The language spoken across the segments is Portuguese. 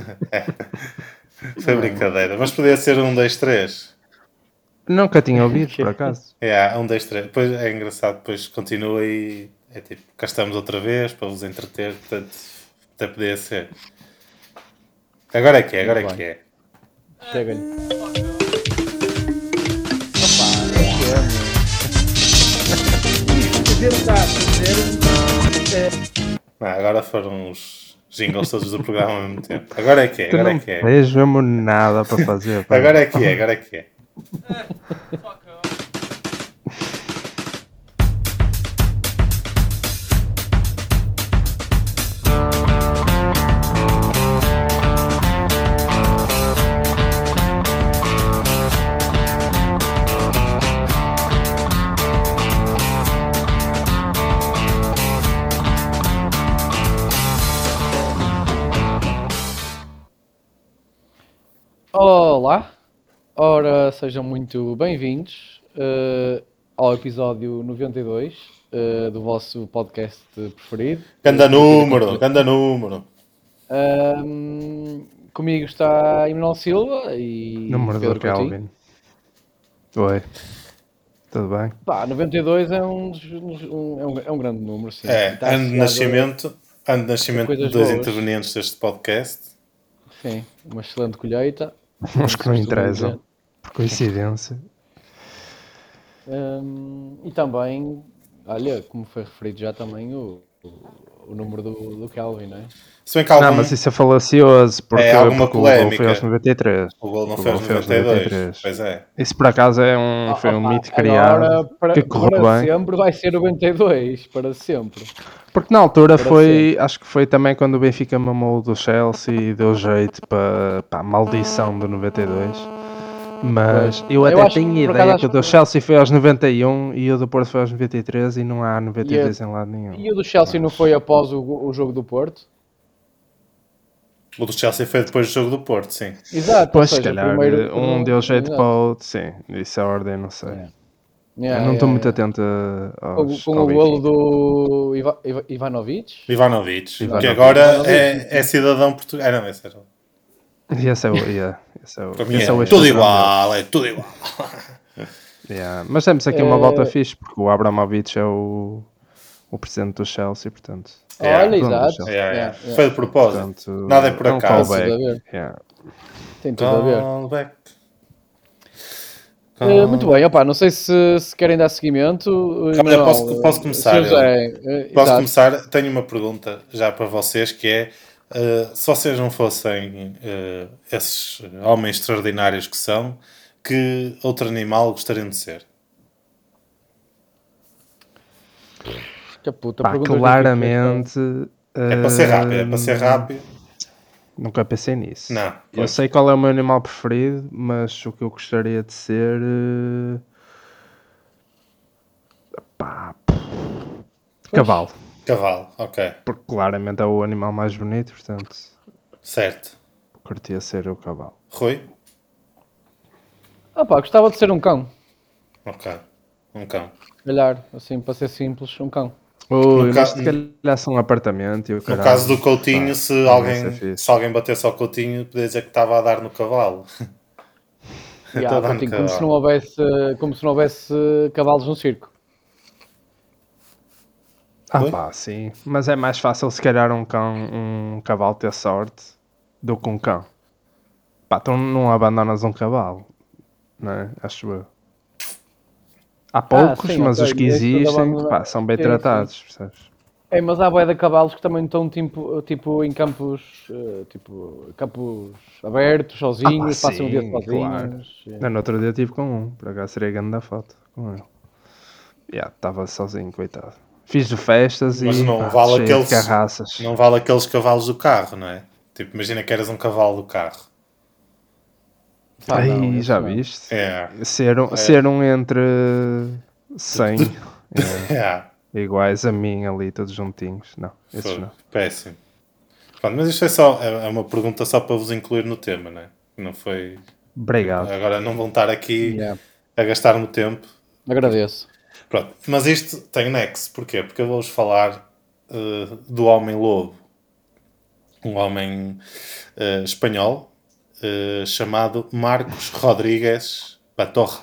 Foi brincadeira. Mas podia ser 1, 2, 3. Nunca tinha ouvido, por acaso. 1, 2, 3. Depois é engraçado, depois continua e é tipo, cá estamos outra vez para vos entreter, portanto, até podia ser. Agora é que é, agora é que é. Chega-lhe. Agora foram os jingles todos do programa ao mesmo tempo. Agora é que é, agora é que é. Não tens mesmo nada para fazer. Agora é que é, agora é que é. Olá, ora sejam muito bem-vindos ao episódio 92 do vosso podcast preferido. Ganda número, ganda número. Comigo está Emanuel Silva e Número Pedro do Coutinho. Calvin. Oi. Tudo bem? Pá, 92 é um grande número, sim. É, Está ano de associado nascimento de coisas dois boas. intervenientes deste podcast. Sim, uma excelente colheita. Uns que não se costuma interessam, dizer. por coincidência. E também, olha, como foi referido já também o número do Calvin, não é? Se bem que algum, Não, mas isso é falacioso, porque, É alguma porque o gol foi polémica. aos 93. o gol não O foi gol aos foi aos 92. Pois é. Isso por acaso foi um mito criado Agora, que correu para bem. sempre, vai ser 92, para sempre. Porque na altura Para foi, acho que foi também quando o Benfica mamou do Chelsea e deu jeito para a maldição do 92. Mas eu até acho tenho que, por ideia acaso, que o do Chelsea foi aos 91 e o do Porto foi aos 93 e não há 92 em lado nenhum. E o do Chelsea não foi após o jogo do Porto? O do Chelsea foi depois do jogo do Porto, sim. Exato, Pois, ou se seja, calhar, primeiro um deu jeito exato. para o outro, sim. Isso é a ordem, não sei. Yeah. Eu não estou muito atento aos Com o golo do Ivanovic, Que agora é cidadão português. Não, esse era. Esse é o Para mim esse é o é tudo ex-patrão igual, é tudo igual. dele. Yeah. Mas temos aqui uma volta fixe, porque o Abramovich é o presidente do Chelsea, portanto. Olha, dono do exato. Chelsea. Yeah. Foi de propósito. Portanto, Nada é por é um acaso. callback. Yeah. Tem tudo a ver. Callback. Muito bem, opá, não sei se querem dar seguimento. Olha, posso começar. Posso começar. Tenho uma pergunta já para vocês, que é se vocês não fossem esses homens extraordinários que são, que outro animal gostariam de ser? Que puta, Pá, perguntas claramente. É para ser rápido, é para ser rápido. Nunca pensei nisso. Não, Eu pois. sei qual é o meu animal preferido, mas o que eu gostaria de ser. Pá, cavalo. Cavalo, ok. Porque claramente é o animal mais bonito, portanto. Certo. Curtia ser o cavalo. Rui? Opá, gostava de ser um cão. Ok. Um cão. Se calhar, assim, para ser simples, um cão. Ui, ca- mas se calhar são um apartamento. E o No caralho, caso do Coutinho, pá, se não sei fixe. se alguém batesse ao Coutinho, podia dizer que estava a dar no cavalo. Yeah, Estava assim, no como se cavalo. não houvesse cavalos no circo. Oi? Pá, sim. Mas é mais fácil se calhar um cavalo ter sorte do que um cão. Pá, tu não abandonas um cavalo, não é? Acho eu. Há poucos, sim, mas ok, os que isso de existem, abandonar- pá, são bem sim, tratados, percebes? É, mas há bué de cavalos que também estão tipo em campos, campos abertos, sozinhos, passam o dia sim, sozinhos. claro. Eu no outro dia estive com um, por acaso seria grande da foto com ele. Estava sozinho, coitado. Fiz festas Mas e não pá, vale cheio de aqueles. carraças. Não vale aqueles cavalos do carro, não é? Tipo, imagina que eras um cavalo do carro. Pá, Aí, não, já não. viste? É. Ser um entre 100 É. iguais a mim ali, todos juntinhos. Não, esses Foi não. péssimo. Pronto, mas isto é uma pergunta só para vos incluir no tema, não é? Não foi. Obrigado. Agora não vão estar aqui Yeah. a gastar-me tempo. Agradeço. Pronto, mas isto tem nexo. Porquê? Porque eu vou-vos falar do Homem-Lobo. um homem espanhol chamado Marcos Rodríguez Pantoja.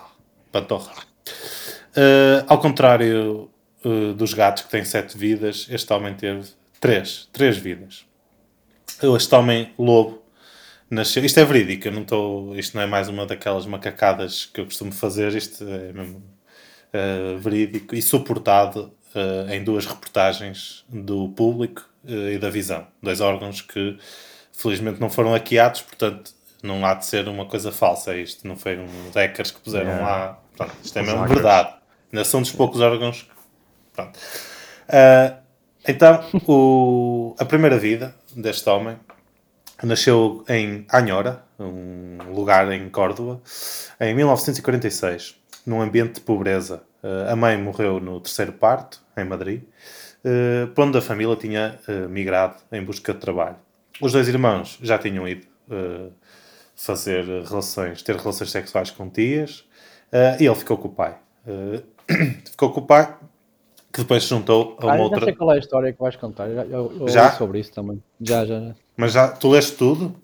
Ao contrário dos gatos que têm 7 vidas, este homem teve 3 vidas. Este homem lobo nasceu. Isto é verídico, isto não é mais uma daquelas macacadas que eu costumo fazer, isto é mesmo verídico e suportado em 2 reportagens do Público e da Visão. 2 órgãos que felizmente não foram hackeados, portanto não há de ser uma coisa falsa isto, não foi uns hackers que puseram lá. Portanto, isto é Os mesmo hackers. verdade. Ainda são dos poucos órgãos que... Pronto. Então, a primeira vida deste homem nasceu em Anhora, um lugar em Córdoba, em 1946, num ambiente de pobreza. A mãe morreu no 3º parto, em Madrid, para onde a família tinha migrado em busca de trabalho. Os 2 irmãos já tinham ido ter relações sexuais com tias, e ele ficou com o pai. Ficou com o pai, que depois se juntou a uma Já outra... sei qual é a história que vais contar. Eu Já? ouvi sobre isso também. Já. Mas tu leste tudo?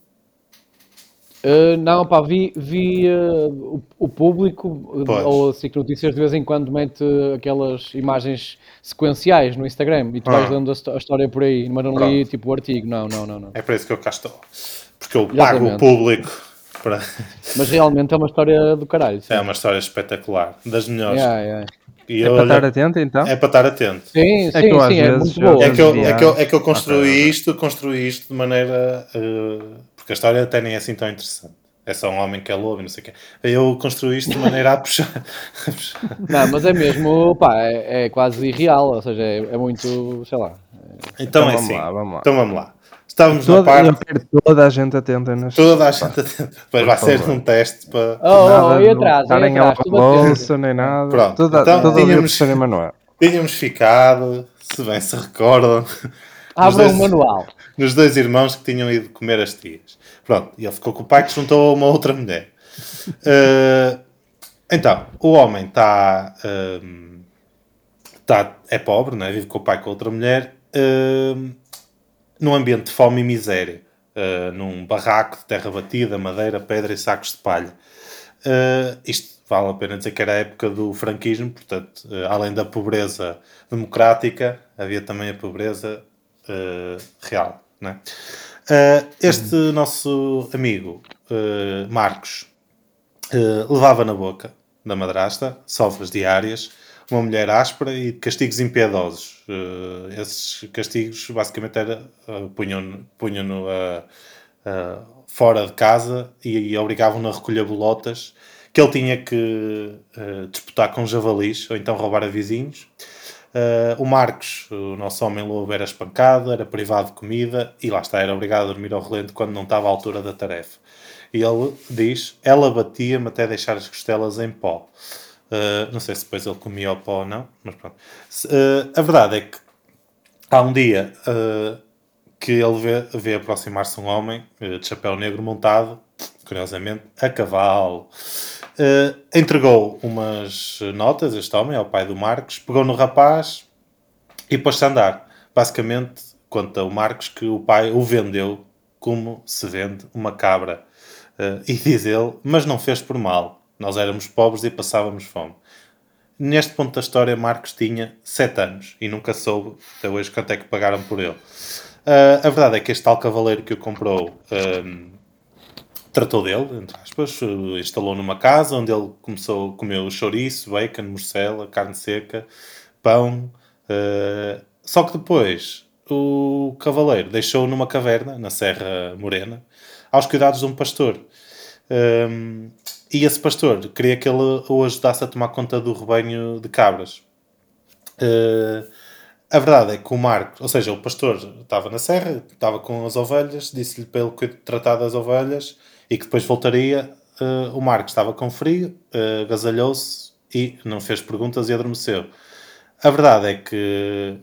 Não, pá, vi o público, Pois. ou a SIC Notícias de vez em quando mete aquelas imagens sequenciais no Instagram e tu vais lendo a história por aí, mas não li Pronto. tipo o artigo, não. É para isso que eu cá estou. Porque eu pago Exatamente. o público para... Mas realmente é uma história do caralho. Sim. É uma história espetacular, das melhores. Yeah. E É para estar atento, então? É para estar atento. Sim, É que eu, às é vezes, muito boa. É que eu construí isto de maneira... porque a história até nem é assim tão interessante. É só um homem que é lobo e não sei o quê. Eu construí isto de maneira a puxar. Não, mas é mesmo, pá, é quase irreal, ou seja, é muito, sei lá. Então é vamos assim. lá, vamos lá. Então vamos lá. Estávamos na Eu parte... quero toda a gente atenta neste. Toda a gente atenta. Depois vai ser um teste para... Nada E de atrás, estarem a lavar tudo atento. louça nem nada. Pronto, Tudo então tudo a ouvir o tínhamos- professor Emanuel. Tínhamos ficado, se bem se recordam, Abra um manual. nos 2 irmãos que tinham ido comer as tias. Pronto, e ele ficou com o pai que se juntou a uma outra mulher. Então, o homem é pobre, né? Vive com o pai e com outra mulher, num ambiente de fome e miséria, num barraco de terra batida, madeira, pedra e sacos de palha. Isto vale a pena dizer que era a época do franquismo, portanto, além da pobreza democrática, havia também a pobreza real. Né? Este nosso amigo, Marcos, levava na boca da madrasta sofras diárias, uma mulher áspera e de castigos impiedosos. Esses castigos basicamente punham-no fora de casa e obrigavam-no a recolher bolotas que ele tinha que disputar com javalis ou então roubar a vizinhos. O Marcos, o nosso homem lobo, era espancado, era privado de comida e lá está, era obrigado a dormir ao relento quando não estava à altura da tarefa. E ele diz, ela batia-me até deixar as costelas em pó. Não sei se depois ele comia o pó ou não, mas pronto. A verdade é que há um dia que ele vê aproximar-se um homem de chapéu negro montado, curiosamente, a cavalo. Entregou umas notas, este homem, ao pai do Marcos, pegou no rapaz e pôs-se a andar. Basicamente, conta o Marcos que o pai o vendeu como se vende uma cabra. E diz ele, mas não fez por mal. Nós éramos pobres e passávamos fome. Neste ponto da história, Marcos tinha 7 anos e nunca soube até hoje quanto é que pagaram por ele. A verdade é que este tal cavaleiro que o comprou tratou dele, entre aspas, instalou numa casa onde ele começou a comer chouriço, bacon, morcela, carne seca, pão. Só que depois o cavaleiro deixou-o numa caverna, na Serra Morena, aos cuidados de um pastor. E esse pastor queria que ele o ajudasse a tomar conta do rebanho de cabras. A verdade é que o Marcos, ou seja, o pastor estava na serra, estava com as ovelhas, disse-lhe para ele tratar das ovelhas e que depois voltaria. O Marcos estava com frio, agasalhou-se e não fez perguntas e adormeceu. A verdade é que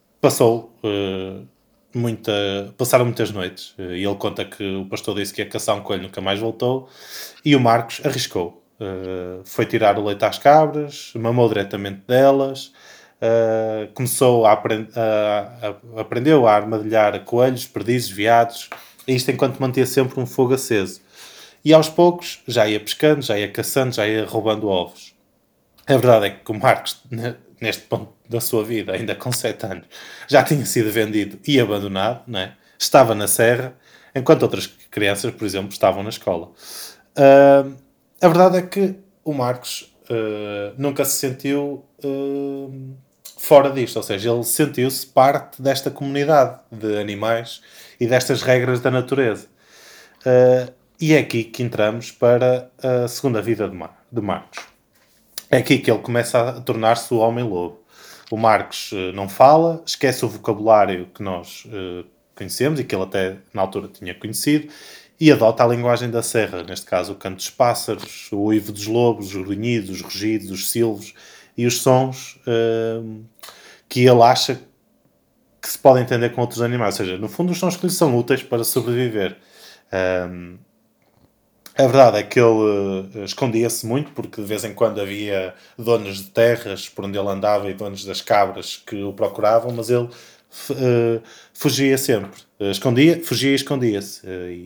passaram muitas noites e ele conta que o pastor disse que ia caçar um coelho, nunca mais voltou, e o Marcos arriscou. Foi tirar o leite às cabras, mamou diretamente delas, começou aprendeu a armadilhar coelhos, perdizes, veados, isto enquanto mantinha sempre um fogo aceso. E aos poucos já ia pescando, já ia caçando, já ia roubando ovos. A verdade é que o Marcos, neste ponto da sua vida, ainda com 7 anos, já tinha sido vendido e abandonado, não é? Estava na serra, enquanto outras crianças, por exemplo, estavam na escola. A verdade é que o Marcos nunca se sentiu fora disto, ou seja, ele sentiu-se parte desta comunidade de animais e destas regras da natureza. E é aqui que entramos para a segunda vida de Marcos. É aqui que ele começa a tornar-se o homem-lobo. O Marcos não fala, esquece o vocabulário que nós conhecemos e que ele até na altura tinha conhecido e adota a linguagem da serra, neste caso o canto dos pássaros, o uivo dos lobos, os grunhidos, os rugidos, os silvos e os sons que ele acha que se podem entender com outros animais. Ou seja, no fundo os sons que lhe são úteis para sobreviver. A verdade é que ele escondia-se muito, porque de vez em quando havia donos de terras por onde ele andava e donos das cabras que o procuravam, mas ele fugia sempre. Fugia e escondia-se.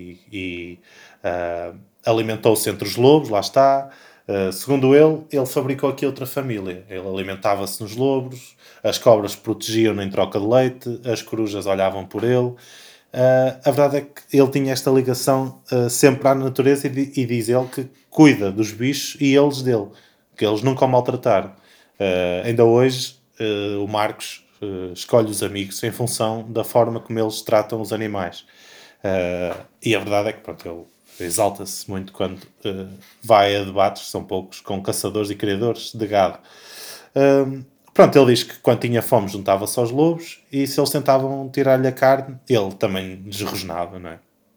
Alimentou-se entre os lobos, lá está. Segundo ele fabricou aqui outra família. Ele alimentava-se nos lobos, as cobras protegiam-no em troca de leite, as corujas olhavam por ele. A verdade é que ele tinha esta ligação sempre à natureza e diz ele que cuida dos bichos e eles dele, que eles nunca o maltrataram. Ainda hoje o Marcos escolhe os amigos em função da forma como eles tratam os animais. E a verdade é que pronto, ele exalta-se muito quando vai a debates, são poucos, com caçadores e criadores de gado. Pronto, ele diz que quando tinha fome juntava-se aos lobos e se eles tentavam tirar-lhe a carne, ele também desrosnava, não é?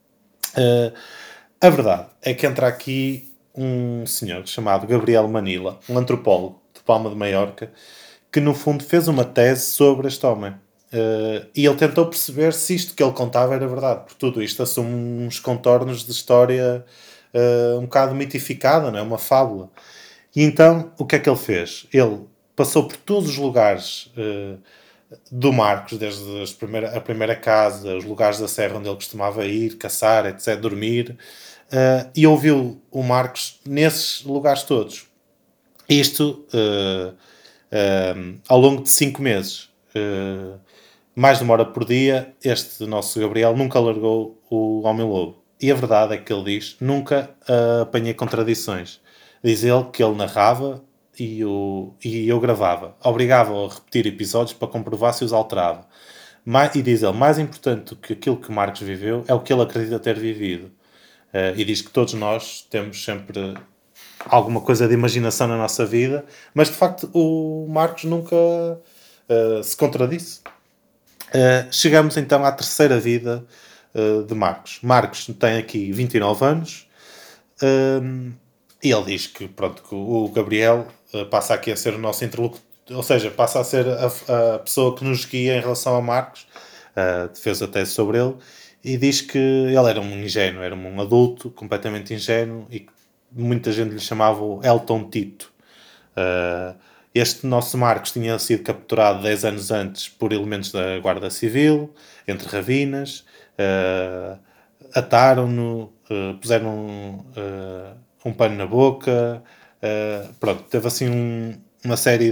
A verdade é que entra aqui um senhor chamado Gabriel Manila, um antropólogo de Palma de Maiorca, que no fundo fez uma tese sobre este homem. E ele tentou perceber se isto que ele contava era verdade, porque tudo isto assume uns contornos de história um bocado mitificada, não é? Uma fábula. E então, o que é que ele fez? Ele passou por todos os lugares do Marcos, desde a primeira casa, os lugares da serra onde ele costumava ir, caçar, etc., dormir, e ouviu o Marcos nesses lugares todos. Isto ao longo de 5 meses. Mais de 1 hora por dia, este nosso Gabriel nunca largou o Homem-Lobo. E a verdade é que ele diz, nunca apanhei contradições. Diz ele que ele narrava e eu gravava. Obrigava-o a repetir episódios para comprovar se os alterava. E diz ele, mais importante do que aquilo que Marcos viveu é o que ele acredita ter vivido. E diz que todos nós temos sempre alguma coisa de imaginação na nossa vida, mas de facto o Marcos nunca se contradisse. Chegamos então à terceira vida de Marcos. Marcos tem aqui 29 anos e ele diz que, pronto, que o Gabriel passa aqui a ser o nosso interlocutor, ou seja, passa a ser a pessoa que nos guia em relação a Marcos. Fez a tese sobre ele e diz que ele era um ingênuo, era um adulto completamente ingênuo e que muita gente lhe chamava o Elton Tito. Este nosso Marcos tinha sido capturado 10 anos antes por elementos da Guarda Civil, entre ravinas, ataram-no, puseram um pano na boca, pronto, teve assim uma série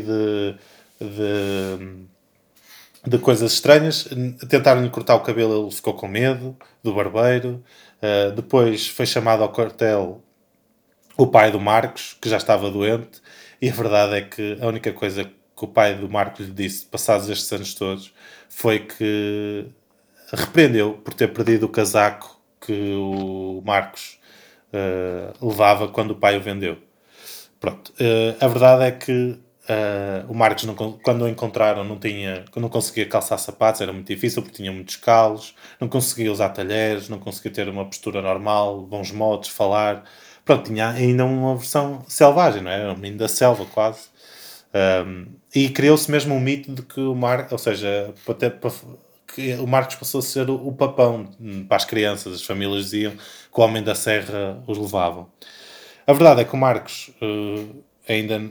de coisas estranhas. Tentaram-lhe cortar o cabelo, ele ficou com medo do barbeiro. Depois foi chamado ao quartel o pai do Marcos, que já estava doente, e a verdade é que a única coisa que o pai do Marcos lhe disse, passados estes anos todos, foi que repreendeu por ter perdido o casaco que o Marcos levava quando o pai o vendeu. Pronto, a verdade é que o Marcos, quando o encontraram, não conseguia calçar sapatos, era muito difícil porque tinha muitos calos, não conseguia usar talheres, não conseguia ter uma postura normal, bons modos, falar. Pronto, tinha ainda uma versão selvagem, não é? Era um menino da selva, quase. E criou-se mesmo um mito de que o Marcos, ou seja, que o Marcos passou a ser o papão para as crianças. As famílias diziam que o homem da serra os levavam. A verdade é que o Marcos ainda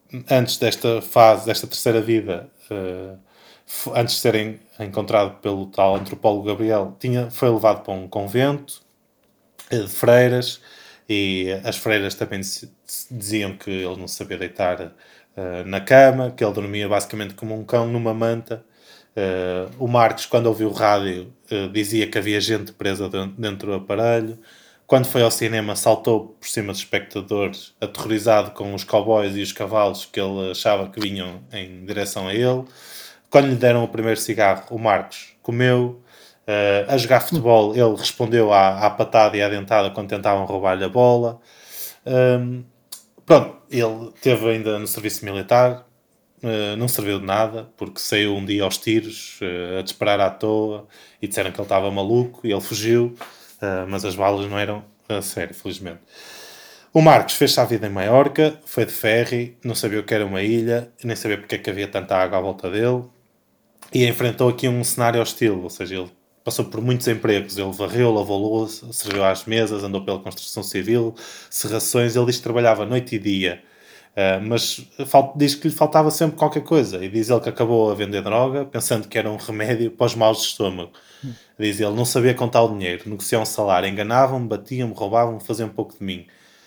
antes desta fase, desta terceira vida, antes de ser encontrado pelo tal antropólogo Gabriel, foi levado para um convento de freiras, e as freiras também diziam que ele não sabia deitar na cama, que ele dormia basicamente como um cão numa manta. O Marcos, quando ouviu o rádio, dizia que havia gente presa dentro do aparelho. Quando foi ao cinema, saltou por cima dos espectadores, aterrorizado com os cowboys e os cavalos que ele achava que vinham em direção a ele. Quando lhe deram o primeiro cigarro, o Marcos comeu. A jogar futebol, ele respondeu à patada e à dentada quando tentavam roubar-lhe a bola. Pronto, ele esteve ainda no serviço militar, não serviu de nada, porque saiu um dia aos tiros, a disparar à toa, e disseram que ele estava maluco, e ele fugiu, mas as balas não eram a sério, felizmente. O Marcos fez-se a vida em Maiorca, foi de ferry, não sabia o que era uma ilha, nem sabia porque é que havia tanta água à volta dele, e enfrentou aqui um cenário hostil, ou seja, ele passou por muitos empregos. Ele varreu, lavou louça, serviu às mesas, andou pela construção civil, serrações. Ele diz que trabalhava noite e dia, mas diz que lhe faltava sempre qualquer coisa. E diz ele que acabou a vender droga, pensando que era um remédio para os maus de estômago. Diz ele, não sabia contar o dinheiro, negociar um salário, enganavam-me, batiam-me, roubavam-me, faziam um pouco de mim.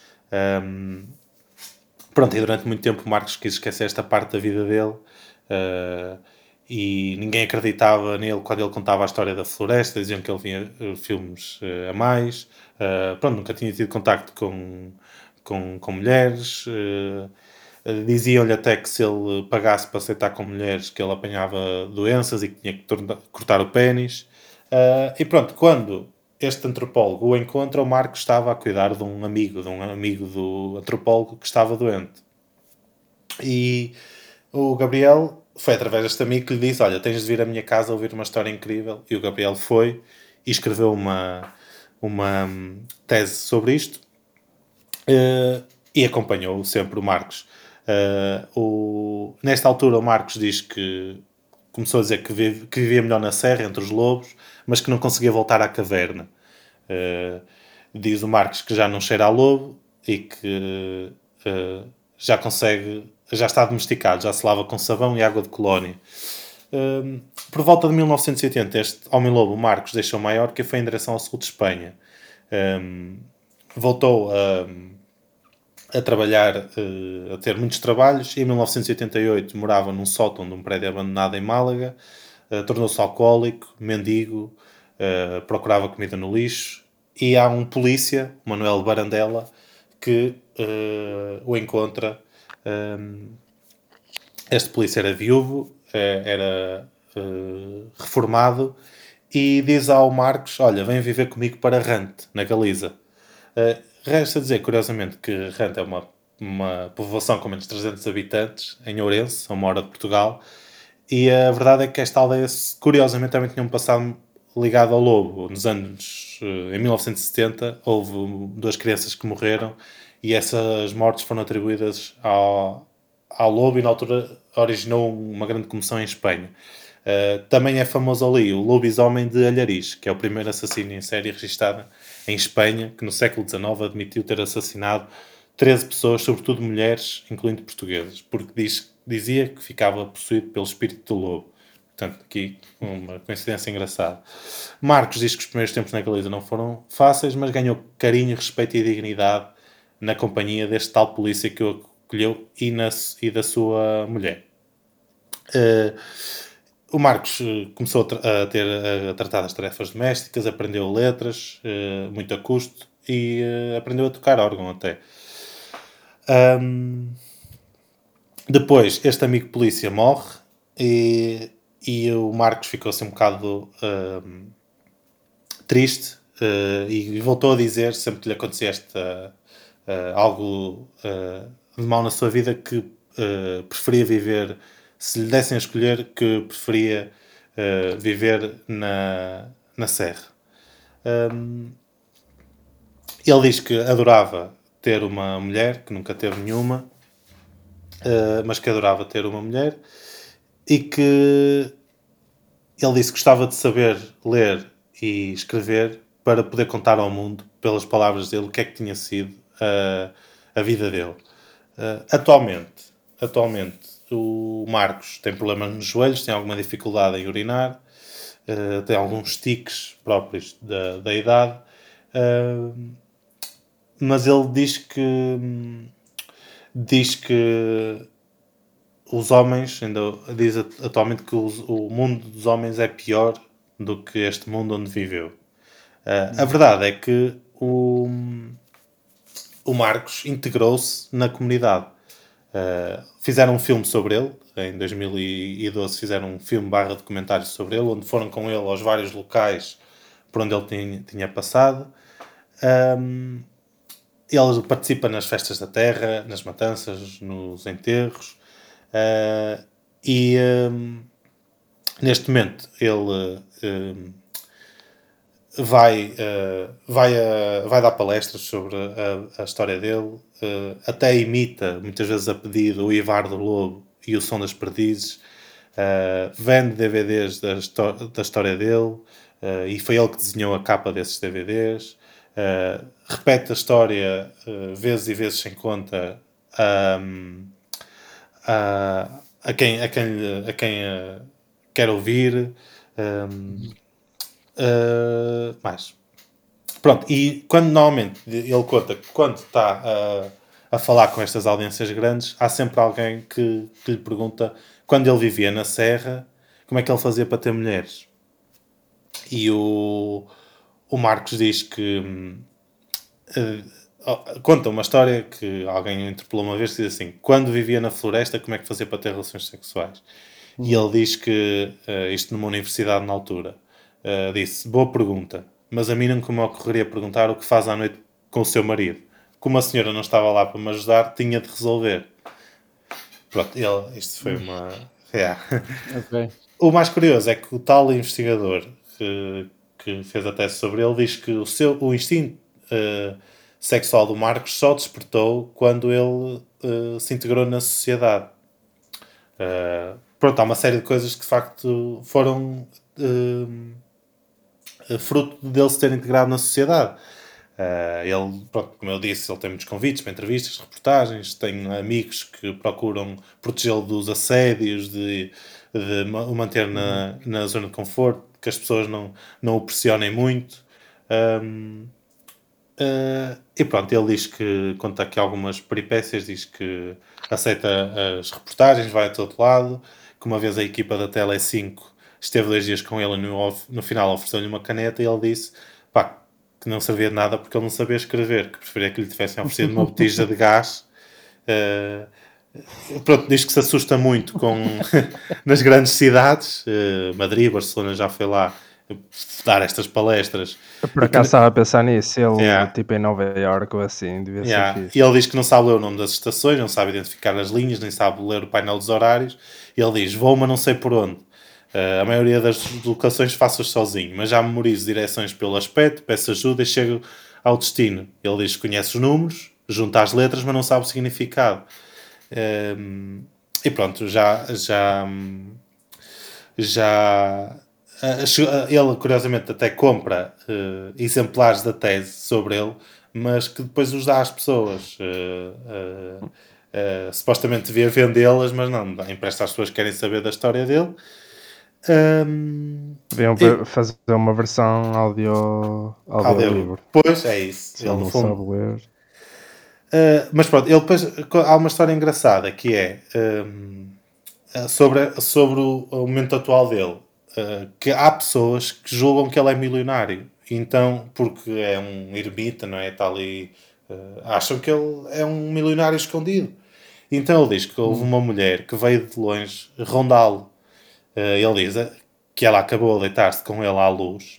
Pronto, e durante muito tempo o Marcos quis esquecer esta parte da vida dele, e ninguém acreditava nele quando ele contava a história da floresta. Diziam que ele vinha filmes a mais. Pronto, nunca tinha tido contacto com mulheres. Diziam-lhe até que se ele pagasse para aceitar com mulheres, que ele apanhava doenças e que tinha que cortar o pénis. E pronto, quando este antropólogo o encontra, o Marcos estava a cuidar de um amigo do antropólogo que estava doente. E o Gabriel foi através deste amigo que lhe disse, olha, tens de vir à minha casa ouvir uma história incrível. E o Gabriel foi e escreveu uma tese sobre isto, e acompanhou sempre o Marcos. Nesta altura o Marcos diz que começou a dizer que vivia melhor na serra, entre os lobos, mas que não conseguia voltar à caverna. Diz o Marcos que já não cheira a lobo e que já está domesticado, já se lava com sabão e água de colónia. Por volta de 1980, este homem-lobo, Marcos, deixou Maiorca e foi em direção ao sul de Espanha. Voltou a trabalhar, a ter muitos trabalhos, e em 1988 morava num sótão de um prédio abandonado em Málaga. Tornou-se alcoólico, mendigo, procurava comida no lixo, e há um polícia, Manuel Barandela, que o encontra. Este polícia era viúvo, era reformado, e diz ao Marcos, olha, vem viver comigo para Rante, na Galiza. Resta dizer, curiosamente, que Rante é uma povoação com menos de 300 habitantes, em Ourense, a 1 hora de Portugal, e a verdade é que esta aldeia, curiosamente, também tinha um passado ligado ao lobo. Nos anos, em 1970, houve 2 crianças que morreram, e essas mortes foram atribuídas ao lobo, e na altura originou uma grande comoção em Espanha. Também é famoso ali o lobisomem de Alhariz, que é o primeiro assassino em série registado em Espanha, que no século XIX admitiu ter assassinado 13 pessoas, sobretudo mulheres, incluindo portugueses, porque dizia que ficava possuído pelo espírito do lobo. Portanto, aqui uma coincidência engraçada. Marcos diz que os primeiros tempos na Galiza não foram fáceis, mas ganhou carinho, respeito e dignidade na companhia deste tal polícia que o acolheu e da sua mulher. O Marcos começou a tratar das tarefas domésticas, aprendeu letras, muito a custo, e aprendeu a tocar órgão até. Depois, este amigo polícia morre, e o Marcos ficou assim um bocado triste, e voltou a dizer, sempre que lhe acontecia algo de mal na sua vida, que preferia viver, se lhe dessem a escolher, que preferia viver na serra. Ele diz que adorava ter uma mulher, que nunca teve nenhuma, mas que adorava ter uma mulher, e que ele disse que gostava de saber ler e escrever para poder contar ao mundo, pelas palavras dele, o que é que tinha sido a vida dele. Atualmente, atualmente o Marcos tem problemas nos joelhos, tem alguma dificuldade em urinar, tem alguns tiques próprios da idade, mas ele diz que os homens, ainda diz atualmente que o mundo dos homens é pior do que este mundo onde viveu. A verdade é que o Marcos integrou-se na comunidade. Fizeram um filme sobre ele, em 2012 fizeram um filme / documentário sobre ele, onde foram com ele aos vários locais por onde ele tinha passado. Ele participa nas festas da terra, nas matanças, nos enterros, e neste momento ele vai dar palestras sobre a história dele, até imita, muitas vezes a pedido, o Ivar do Lobo e o Som das Perdizes, vende DVDs da história dele, e foi ele que desenhou a capa desses DVDs, repete a história vezes e vezes sem conta a quem quer ouvir. Mais. Pronto, e normalmente ele conta que quando está a falar com estas audiências grandes, há sempre alguém que lhe pergunta, quando ele vivia na Serra, como é que ele fazia para ter mulheres. E o Marcos diz que conta uma história que alguém interpelou uma vez, que diz assim: quando vivia na floresta, como é que fazia para ter relações sexuais? E ele diz que, isto numa universidade na altura, disse: boa pergunta, mas a mim nunca me ocorreria perguntar o que faz à noite com o seu marido. Como a senhora não estava lá para me ajudar, tinha de resolver. Pronto, isto foi uma... Ok. O mais curioso é que o tal investigador que fez a tese sobre ele diz que o instinto sexual do Marcos só despertou quando ele se integrou na sociedade. Pronto, há uma série de coisas que de facto foram fruto dele se ter integrado na sociedade. Ele, pronto, como eu disse, ele tem muitos convites para entrevistas, reportagens, tem amigos que procuram protegê-lo dos assédios, de o manter na zona de conforto, que as pessoas não o pressionem muito. E pronto, ele diz que, conta aqui algumas peripécias, diz que aceita as reportagens, vai a todo lado, que uma vez a equipa da Tele5 esteve 2 dias com ele e no final ofereceu-lhe uma caneta e ele disse que não servia de nada porque ele não sabia escrever, que preferia que lhe tivessem oferecido uma botija de gás. Pronto, diz que se assusta muito nas grandes cidades, Madrid, Barcelona, já foi lá dar estas palestras. Por acaso estava a pensar nisso, ele tipo em Nova Iorque ou assim, devia ser fixe. E ele diz que não sabe ler o nome das estações, não sabe identificar as linhas, nem sabe ler o painel dos horários. E ele diz: vou, mas não sei por onde. A maioria das locações faço-as sozinho, mas já memorizo direções pelo aspecto, peço ajuda e chego ao destino. Ele diz que conhece os números, junta as letras, mas não sabe o significado. E pronto, ele curiosamente até compra exemplares da tese sobre ele, mas que depois os dá às pessoas. Supostamente devia vendê-las, mas não, empresta às pessoas que querem saber da história dele. Deviam fazer uma versão audiolivro. Pois, é isso. Ele não sabe ler. Mas pronto, ele depois, há uma história engraçada que é sobre o momento atual dele. Que há pessoas que julgam que ele é milionário. Então, porque é um ermita, não é? Está ali, acham que ele é um milionário escondido. Então ele diz que houve uma mulher que veio de longe rondá-lo. Ele diz que ela acabou a deitar-se com ele à luz.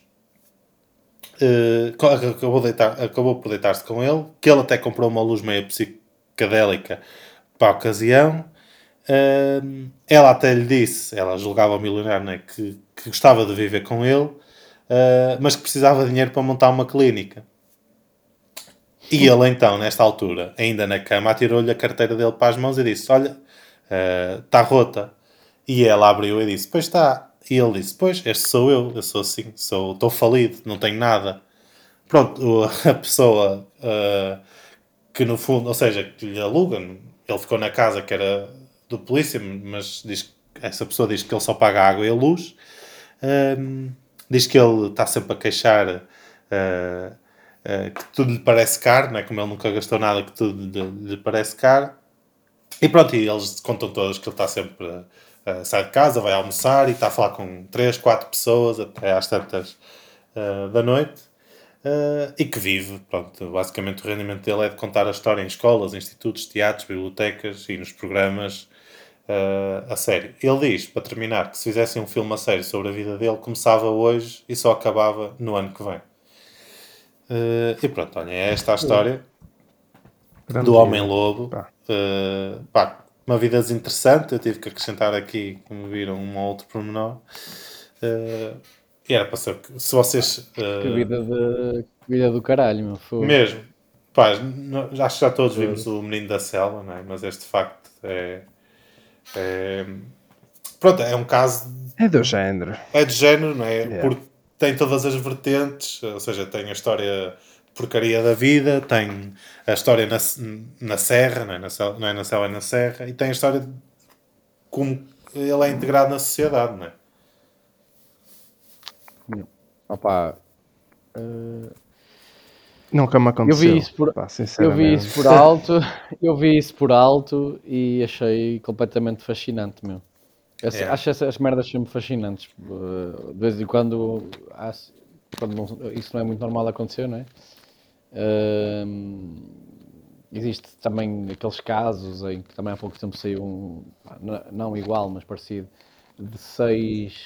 Acabou por deitar-se com ele, que ele até comprou uma luz meio psicadélica para a ocasião. Ela até lhe disse, ela julgava o milionário, né, que gostava de viver com ele, mas que precisava de dinheiro para montar uma clínica. E ele então, nesta altura, ainda na cama, atirou-lhe a carteira dele para as mãos e disse: olha, está rota. E ela abriu e disse: pois está. E ele disse: pois, este sou eu sou assim, estou falido, não tenho nada. Pronto, a pessoa que no fundo, ou seja, que lhe aluga, ele ficou na casa que era do polícia, mas essa pessoa diz que ele só paga a água e a luz. Diz que ele está sempre a queixar que tudo lhe parece caro, não é? Como ele nunca gastou nada, que tudo lhe parece caro. E pronto, e eles contam todos que ele está sempre sai de casa, vai almoçar e está a falar com 3, 4 pessoas até às tantas da noite. E que vive, pronto, basicamente o rendimento dele é de contar a história em escolas, institutos, teatros, bibliotecas e nos programas a sério. Ele diz, para terminar, que se fizessem um filme a sério sobre a vida dele, começava hoje e só acabava no ano que vem. E pronto, olha, é esta a história Grande do vida. Homem-Lobo. Pá. Uma vida desinteressante, eu tive que acrescentar aqui, como viram, um ou outro pormenor. E era para ser que, se vocês... Que vida do caralho, meu fogo. mesmo, pá, acho que já todos vimos o Menino da Selva, não é? Mas este facto pronto, é um caso... É do género. É de género, não é? Yeah. Porque tem todas as vertentes, ou seja, tem a história porcaria da vida, tem a história na serra, não é na selva, é na serra, e tem a história de como ele é integrado na sociedade, não é? Opa, Nunca me aconteceu. eu vi isso por, pá, eu vi sinceramente. isso por alto, eu vi isso por alto e achei completamente fascinante, meu. Acho essas merdas sempre fascinantes. De vez em quando, isso não é muito normal acontecer, não é? Existe também aqueles casos em que também há pouco tempo saiu não igual, mas parecido, de seis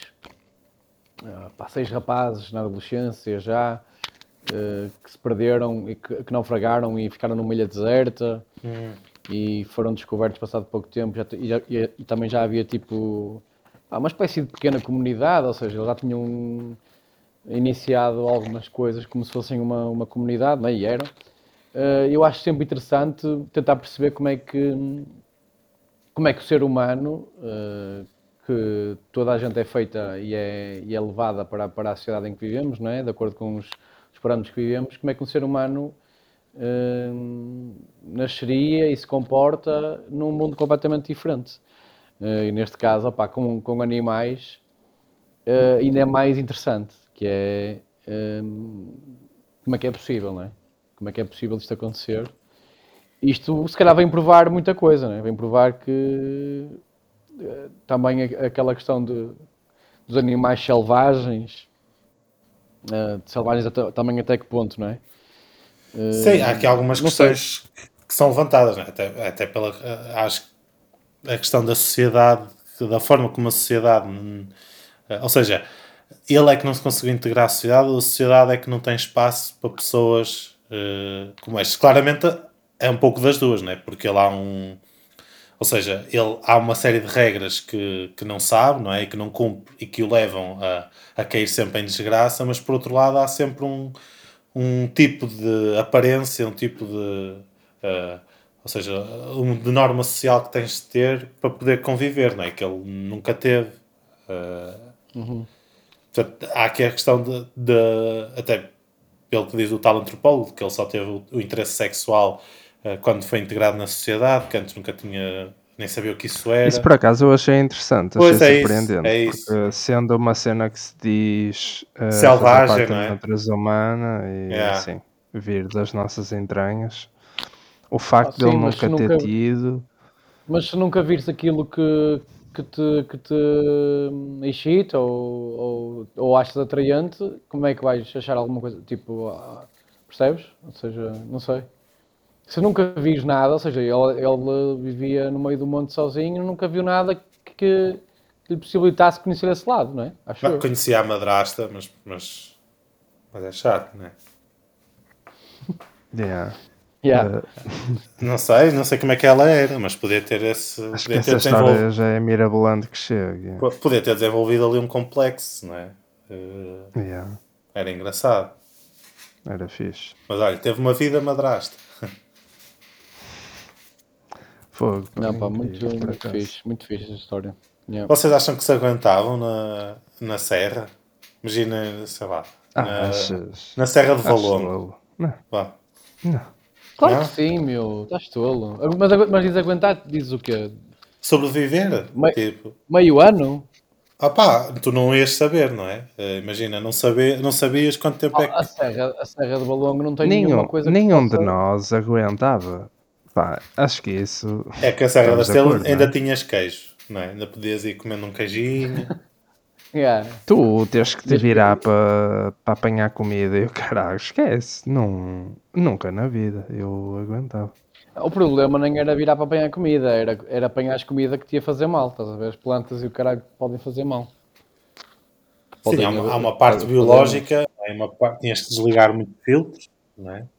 rapazes na adolescência já, que se perderam e que naufragaram e ficaram numa ilha deserta e foram descobertos passado pouco tempo e também já havia tipo uma espécie de pequena comunidade, ou seja, eles já tinham iniciado algumas coisas como se fossem uma comunidade, não é? E eram. Eu acho sempre interessante tentar perceber como é que o ser humano, que toda a gente é feita e é levada para a sociedade em que vivemos, não é? De acordo com os parâmetros que vivemos, como é que um ser humano nasceria e se comporta num mundo completamente diferente. E neste caso, com animais, ainda é mais interessante, que é como é que é possível, não é? Como é que é possível isto acontecer? Isto, se calhar, vem provar muita coisa, não é? Vem provar que também aquela questão dos animais selvagens, também até que ponto, não é? Sim, há aqui algumas questões que são levantadas, não é? Até pela... acho que a questão da sociedade, da forma como a sociedade... ou seja, ele é que não se conseguiu integrar à sociedade, ou a sociedade é que não tem espaço para pessoas como estas. Claramente é um pouco das duas, não é? Porque ele há ou seja, há uma série de regras que não sabe, não é? E que não cumpre e que o levam a cair sempre em desgraça, mas por outro lado há sempre um tipo de aparência, um tipo de... ou seja, de norma social que tens de ter para poder conviver, não é? Que ele nunca teve. Portanto, há aqui a questão até pelo que diz o tal antropólogo, que ele só teve o interesse sexual quando foi integrado na sociedade, que antes nunca tinha, nem sabia o que isso era. Isso por acaso eu achei interessante, Pois achei é surpreendente. isso. Porque sendo uma cena que se diz selvagem, fazer parte não da é? natureza humana e assim, vir das nossas entranhas, o facto dele nunca ter tido. Mas se nunca vires aquilo que te excita ou achas atraente, como é que vais achar alguma coisa? Tipo, percebes? Ou seja, não sei. Se nunca vires nada, ou seja, ele vivia no meio do monte sozinho, nunca viu nada que lhe possibilitasse conhecer esse lado, não é? Acho eu. Conhecia a madrasta, mas é chato, não é? Não sei como é que ela era, mas podia ter esse... Acho que essa história já é mirabolante que chega. Podia ter desenvolvido ali um complexo, não é? Era engraçado. Era fixe. Mas olha, teve uma vida madrasta. Fogo. Não, pá, muito fixe essa história. Yeah. Vocês acham que se aguentavam na serra? Imagina, sei lá, na Serra de Valongo. Não. Claro que sim, meu. Estás tolo. Mas diz aguentar, diz o quê? sobreviver. Me- Tipo, Meio ano? tu não ias saber, não é? Imagina, não sabias quanto tempo é A que... Serra de Valongo não tem nenhuma coisa que Nenhum de possa... nós aguentava. Pá, acho que isso. É que a Serra da Estamos de Estrela acordo, ainda não é? tinhas queijo, não é? Ainda podias ir comendo um queijinho. Yeah. Tu tens que te Desde que- virar para apanhar comida e o caralho, esquece. Nunca na vida eu aguentava. O problema nem era virar para apanhar comida, era apanhar as comidas que te ia fazer mal, estás a ver? As plantas e o caralho que podem fazer mal. Sim, há uma parte Podem biológica, tinhas que desligar muitos filtros, não é?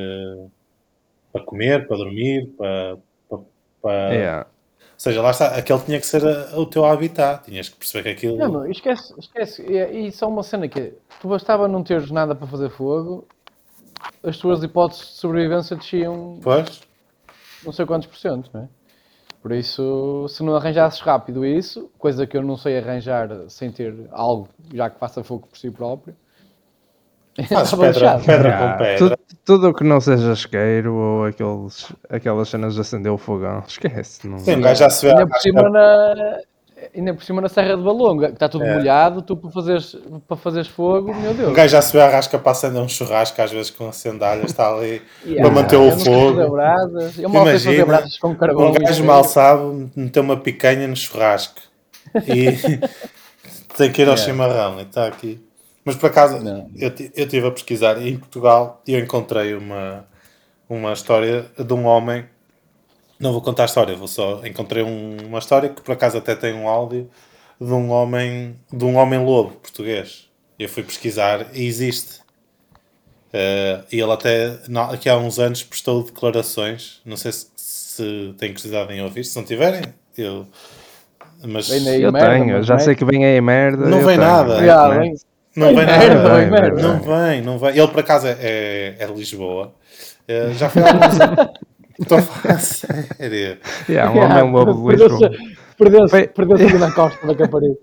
Para comer, para dormir, para... É. Ou seja, lá está, aquele tinha que ser o teu habitat, tinhas que perceber que aquilo... Não, meu, esquece. E só uma cena que é, tu bastava não teres nada para fazer fogo, as tuas hipóteses de sobrevivência desciam Pois, não sei quantos por cento, não é? Por isso, se não arranjasses rápido isso, coisa que eu não sei arranjar sem ter algo já que faça fogo por si próprio, fazes estava lixado. pedra com Yeah, pedra. tudo o que não seja isqueiro ou aquelas cenas de acender o fogão, esquece. Não... Sim, um gajo já se vê Ainda por cima ainda por cima na Serra de Valonga, que está tudo molhado, tu para fazeres fogo, meu Deus. um gajo já se vê a rasca para acender um churrasco, às vezes com sandálias, está ali Yeah, para manter eu o não sei fazer fogo. brasas. Eu mal sei fazer Imagina, brasas com carvão. um gajo e mal fogo. sabe meter uma picanha no churrasco e tem que ir ao chimarrão e está aqui. Mas por acaso, Não. eu estive a pesquisar e em Portugal e eu encontrei uma história de um homem. Não vou contar a história, encontrei uma história que por acaso até tem um áudio de um homem lobo português. Eu fui pesquisar e existe. E ele até aqui há uns anos prestou declarações. Não sei se têm curiosidade em ouvir. Se não tiverem, mas Vem aí Eu merda, tenho, mas já não é? sei que vem aí merda. Não eu vem tenho, nada. né? Yeah, Né? vem- não vem merda, nada. vem merda. Não vem. Ele por acaso é de Lisboa. Já foi há alguns anos. Estou a falar a sério. Yeah, um homem lobo de Lisboa. Perdeu-se ali na costa da Caparica.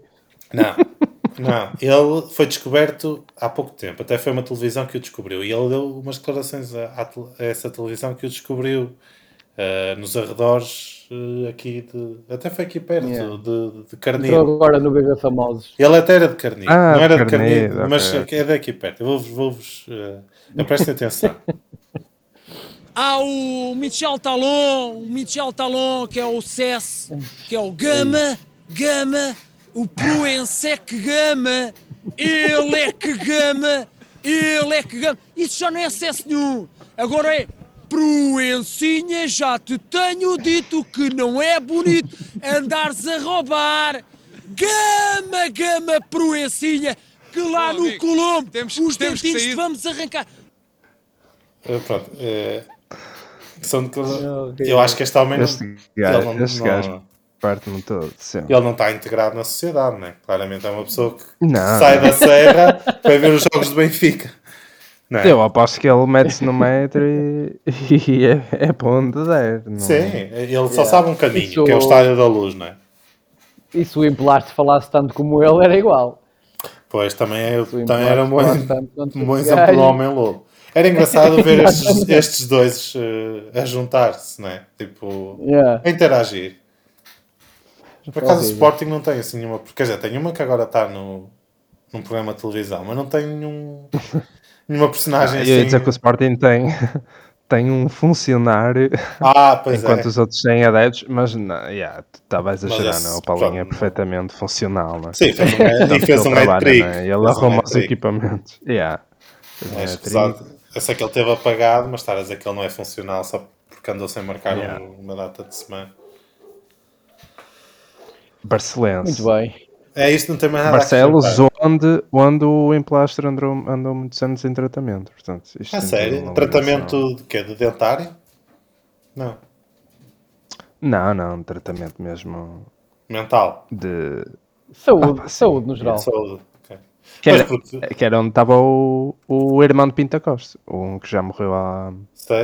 Não. Ele foi descoberto há pouco tempo. Até foi uma televisão que o descobriu. E ele deu umas declarações a essa televisão que o descobriu nos arredores aqui até foi aqui perto Yeah. de Carneiro. Entrou agora no Bebê Famosos. Ele até era de Carneiro. Ah, não era de de Carneiro, Carneiro, mas ok. é daqui perto. Eu vou-vos prestem atenção. Há o Michel Talon, que é o CES, que é o Gama, o Proensec Gama, ele é que Gama. Isso já não é CES nenhum. Agora é Proencinha, já te tenho dito que não é bonito andares a roubar. Gama, Proencinha, que lá no Colombo os dentinhos te vamos arrancar. Pronto. Eu acho que este homem Este gajo não, parte-me todo. Sim. ele não está integrado na sociedade, né? Claramente é uma pessoa que Não, sai da serra para ver os jogos do Benfica. Não é? Eu aposto que ele mete-se no metro e é para onde der. Não... Sim, ele só sabe um caminho, Isso- que é o Estádio da Luz, não é? E se o Implast falasse tanto como ele, era igual. Pois, também o era um bom, Implast falasse tanto quanto um bom esse exemplo do gajo. Homem-Lobo. Era engraçado ver estes dois a juntar-se, não é? Tipo, Yeah. a interagir. Por acaso o Horrível. Sporting não tem assim nenhuma... Quer dizer, tem uma que agora está num programa de televisão, mas não tem nenhuma personagem Eu ia assim... dizer que o Sporting tem um funcionário Pois enquanto é. os outros têm adeptos, mas não, tu estava a exagerar, Mas não? O esse, Paulinho é pronto, perfeitamente funcional, não é? Sim, fez Tanto que ele um trabalha, hat-trick. não é? Ele Fez um arruma os hat-trick. equipamentos. Fez um É hat-trick. escusado. Eu sei que ele teve apagado, mas estar a dizer que ele não é funcional só porque andou sem marcar uma data de semana. Barcelense. Muito bem. É isto, não tem mais nada Barcelos, a acrescentar. onde o emplastro andou muitos anos em tratamento. Portanto, isto A tem sério? toda uma Tratamento ligação. de quê? De dentário? Não. Não, tratamento mesmo Mental. de... Saúde, sim. saúde no geral. Saúde. Ok. Que Pois, era, porque... que era onde estava o irmão de Pinta Costa, um que já morreu há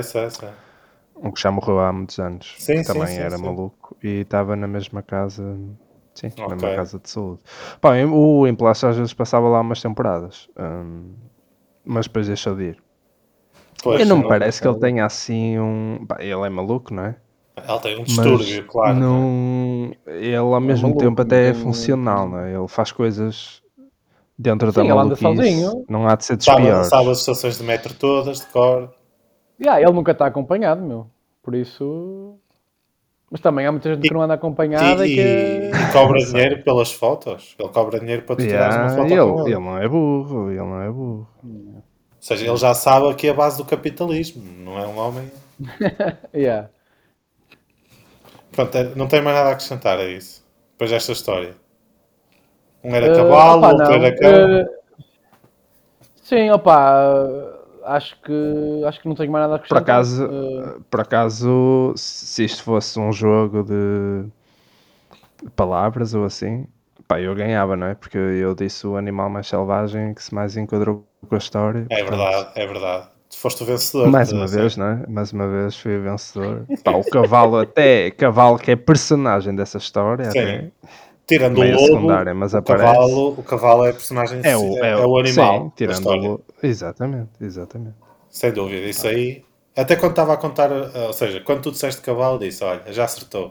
muitos anos, Sim, que sim, também sim, era sim. maluco e estava na mesma casa, sim, na mesma Ok. casa de saúde. Pá, o Emplasto às vezes passava lá umas temporadas, mas depois deixou de ir. Pois, E não me não- parece que ele tenha assim pá, ele é maluco, não é? Ela tem um Mas distúrbio, claro. Não é? não, ele ao mesmo maluco, tempo até é tem- funcional, não é? Ele faz coisas dentro da Sim, ele anda maluquice, sozinho. não há de ser dos Sabe piores. as estações de metro todas, de cor. Ele nunca está acompanhado, meu. Por isso. Mas também há muita gente que não anda acompanhada e que. E cobra dinheiro pelas fotos. Ele cobra dinheiro para tu tirares uma Yeah, foto com ele ele. não é burro, ele não é burro. Ou seja, ele já sabe aqui a base do capitalismo. Não é um homem. Yeah. Pronto, não tem mais nada a acrescentar a isso. Depois desta história. Um era cavalo, Opá, outro não. era cão. Sim, acho que não tenho mais nada a Por acrescentar. acaso, por acaso, se isto fosse um jogo de palavras ou assim, pá, eu ganhava, não é? Porque eu disse o animal mais selvagem que se mais enquadrou com a história. É portanto, verdade, é verdade. Tu foste o vencedor. mais uma vez, não é? Mais uma vez fui o vencedor. Pá, o cavalo até, cavalo que é personagem dessa história, Sim. até Tirando o meio lobo, secundária, mas aparece. o cavalo é a personagem, é o animal Sim, da tirando história. o. Exatamente. Sem dúvida, isso aí. Até quando estava a contar, ou seja, quando tu disseste cavalo, disse: olha, já acertou.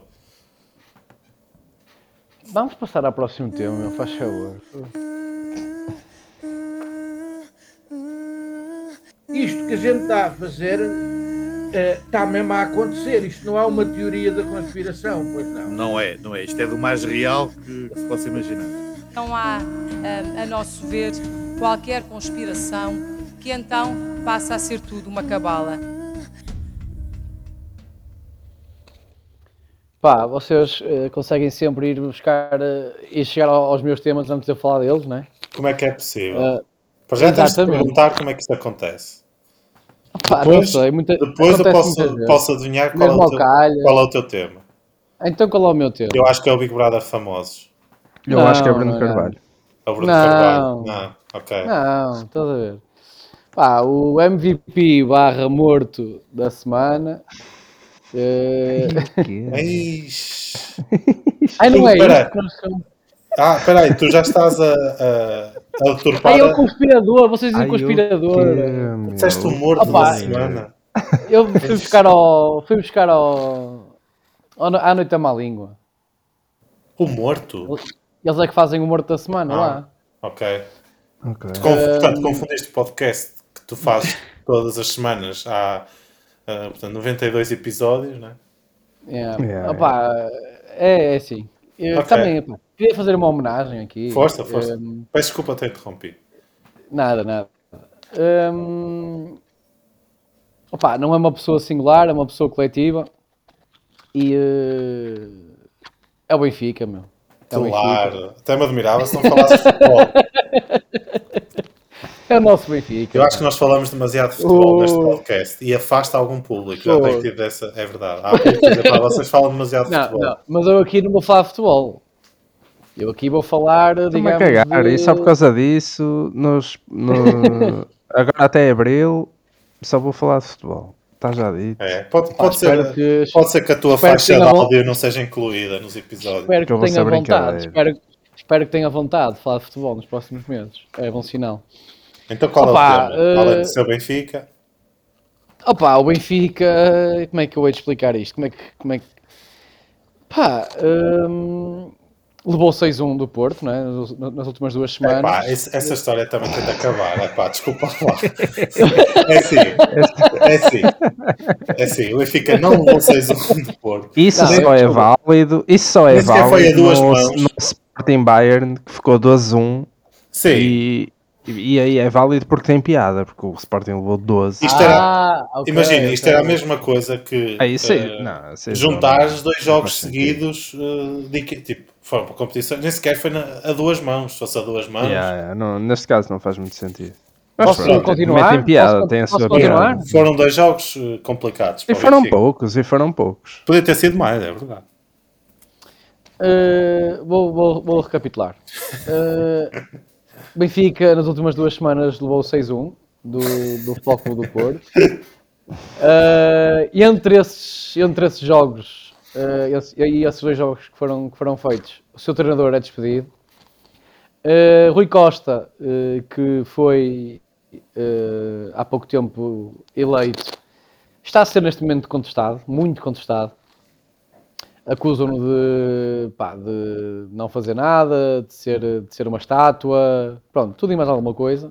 Vamos passar ao próximo tema, meu, faz favor. Isto que a gente está a fazer está mesmo a acontecer. Isto não é uma teoria da conspiração, pois não. Não é. Isto é do mais real que se possa imaginar. Não há, a nosso ver, qualquer conspiração que então passa a ser tudo uma cabala. Pá, vocês conseguem sempre ir buscar e chegar aos meus temas antes de eu falar deles, não é? Como é que é possível? Para já tens de exatamente. perguntar como é que isso acontece. Pá, Depois, não sei, depois eu acontece muitas vezes. posso adivinhar qual Mesmo é, ao calha. qual é o teu tema. Então qual é o meu tema? Eu acho que é o Big Brother famosos. Eu acho que é Bruno Carvalho. É o Bruno Não. Carvalho. Não, ok. Não, estás a ver. Pá, o MVP barra morto da semana. Ixi. Ai, não é Espera. isso que nós somos. Espera aí, tu já estás a deturpar. Ai, é o conspirador, vocês dizem Ai, conspirador. Disseste o morto Opa. da semana. Eu fui buscar à noite da má língua. O morto? Eles é que fazem o morto da semana lá. Ok. Ok. Portanto, confundiste o podcast que tu fazes todas as semanas. Há, portanto, 92 episódios, não é? Yeah. Opa, é assim. Eu Ok. também queria fazer uma homenagem aqui. Força. Peço desculpa ter interrompido. Nada. Opa, não é uma pessoa singular, é uma pessoa coletiva. E é o Benfica, meu. É o Benfica. Claro. Até me admirava se não falasses de futebol. É o nosso Benfica. Eu acho que nós falamos demasiado de futebol neste podcast e afasta algum público. Já tenho tido essa. É verdade. Há público a dizer, pá, vocês falam demasiado de futebol. Não, mas eu aqui não vou falar de futebol. Eu aqui vou falar, Estou-me a digamos, cagar. E só por causa disso, agora até abril, só vou falar de futebol. Está já dito. É, pode espero ser que a tua espero que faixa de tenha áudio não seja incluída nos episódios. Espero Que eu que vou tenha ser vontade. brincadeira. Espero que tenha vontade de falar de futebol nos próximos meses. É bom sinal. Então qual Opa, é o tema? Além de ser o Benfica? Opa, o Benfica, como é que eu vou te explicar isto? Como é que... Pá, levou 6-1 do Porto, não é? Nas últimas 2 semanas. Epá, essa história também tem de acabar. Epá, desculpa lá. É assim. O Benfica não levou 6-1 do Porto. Isso Não, só é válido. Isso só é Nem sequer foi a válido duas no mãos. Sporting Bayern, que ficou 12-1. Sim. E aí é válido porque tem piada, porque o Sporting levou 12. Isto era, ok, imagina, isto ok. era a mesma coisa que Isso é juntares não 2 jogos faz seguidos tipo, foram para competição, nem sequer foi a 2 mãos, se fosse a 2 mãos. Não, neste caso não faz muito sentido. Posso pronto, continuar? Metem piada, Posso- tem a posso sua continuar? piada. Foram 2 jogos complicados. E para o foram Benfica. poucos. Podia ter sido mais, é verdade. Vou recapitular. Benfica, nas últimas 2 semanas, levou 6-1 do Futebol Clube do Porto. E entre esses jogos, esses 2 jogos que foram feitos, o seu treinador é despedido. Rui Costa, que foi há pouco tempo eleito, está a ser neste momento contestado, muito contestado. acusam-no de não fazer nada, de ser uma estátua, pronto, tudo e mais alguma coisa.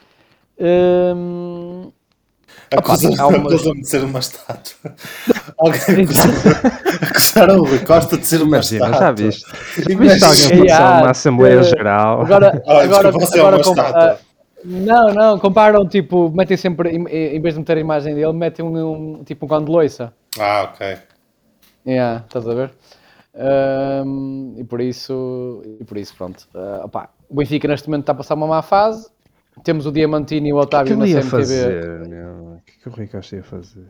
Acusam-me de ser uma estátua. Alguém acusaram o Rui Costa de ser uma Imagina, estátua. já viste? Viste Imagina. alguém passar uma Assembleia Geral? Agora, Você é uma estátua. não, comparam, tipo, metem sempre, em vez de meter a imagem dele, metem tipo um cão de loiça. Ok. Estás a ver? E por isso, pronto. O Benfica neste momento está a passar uma má fase. Temos o Diamantino e o O que Otávio ele na ia CMTV. fazer, meu? O que o Rui Costa ia fazer?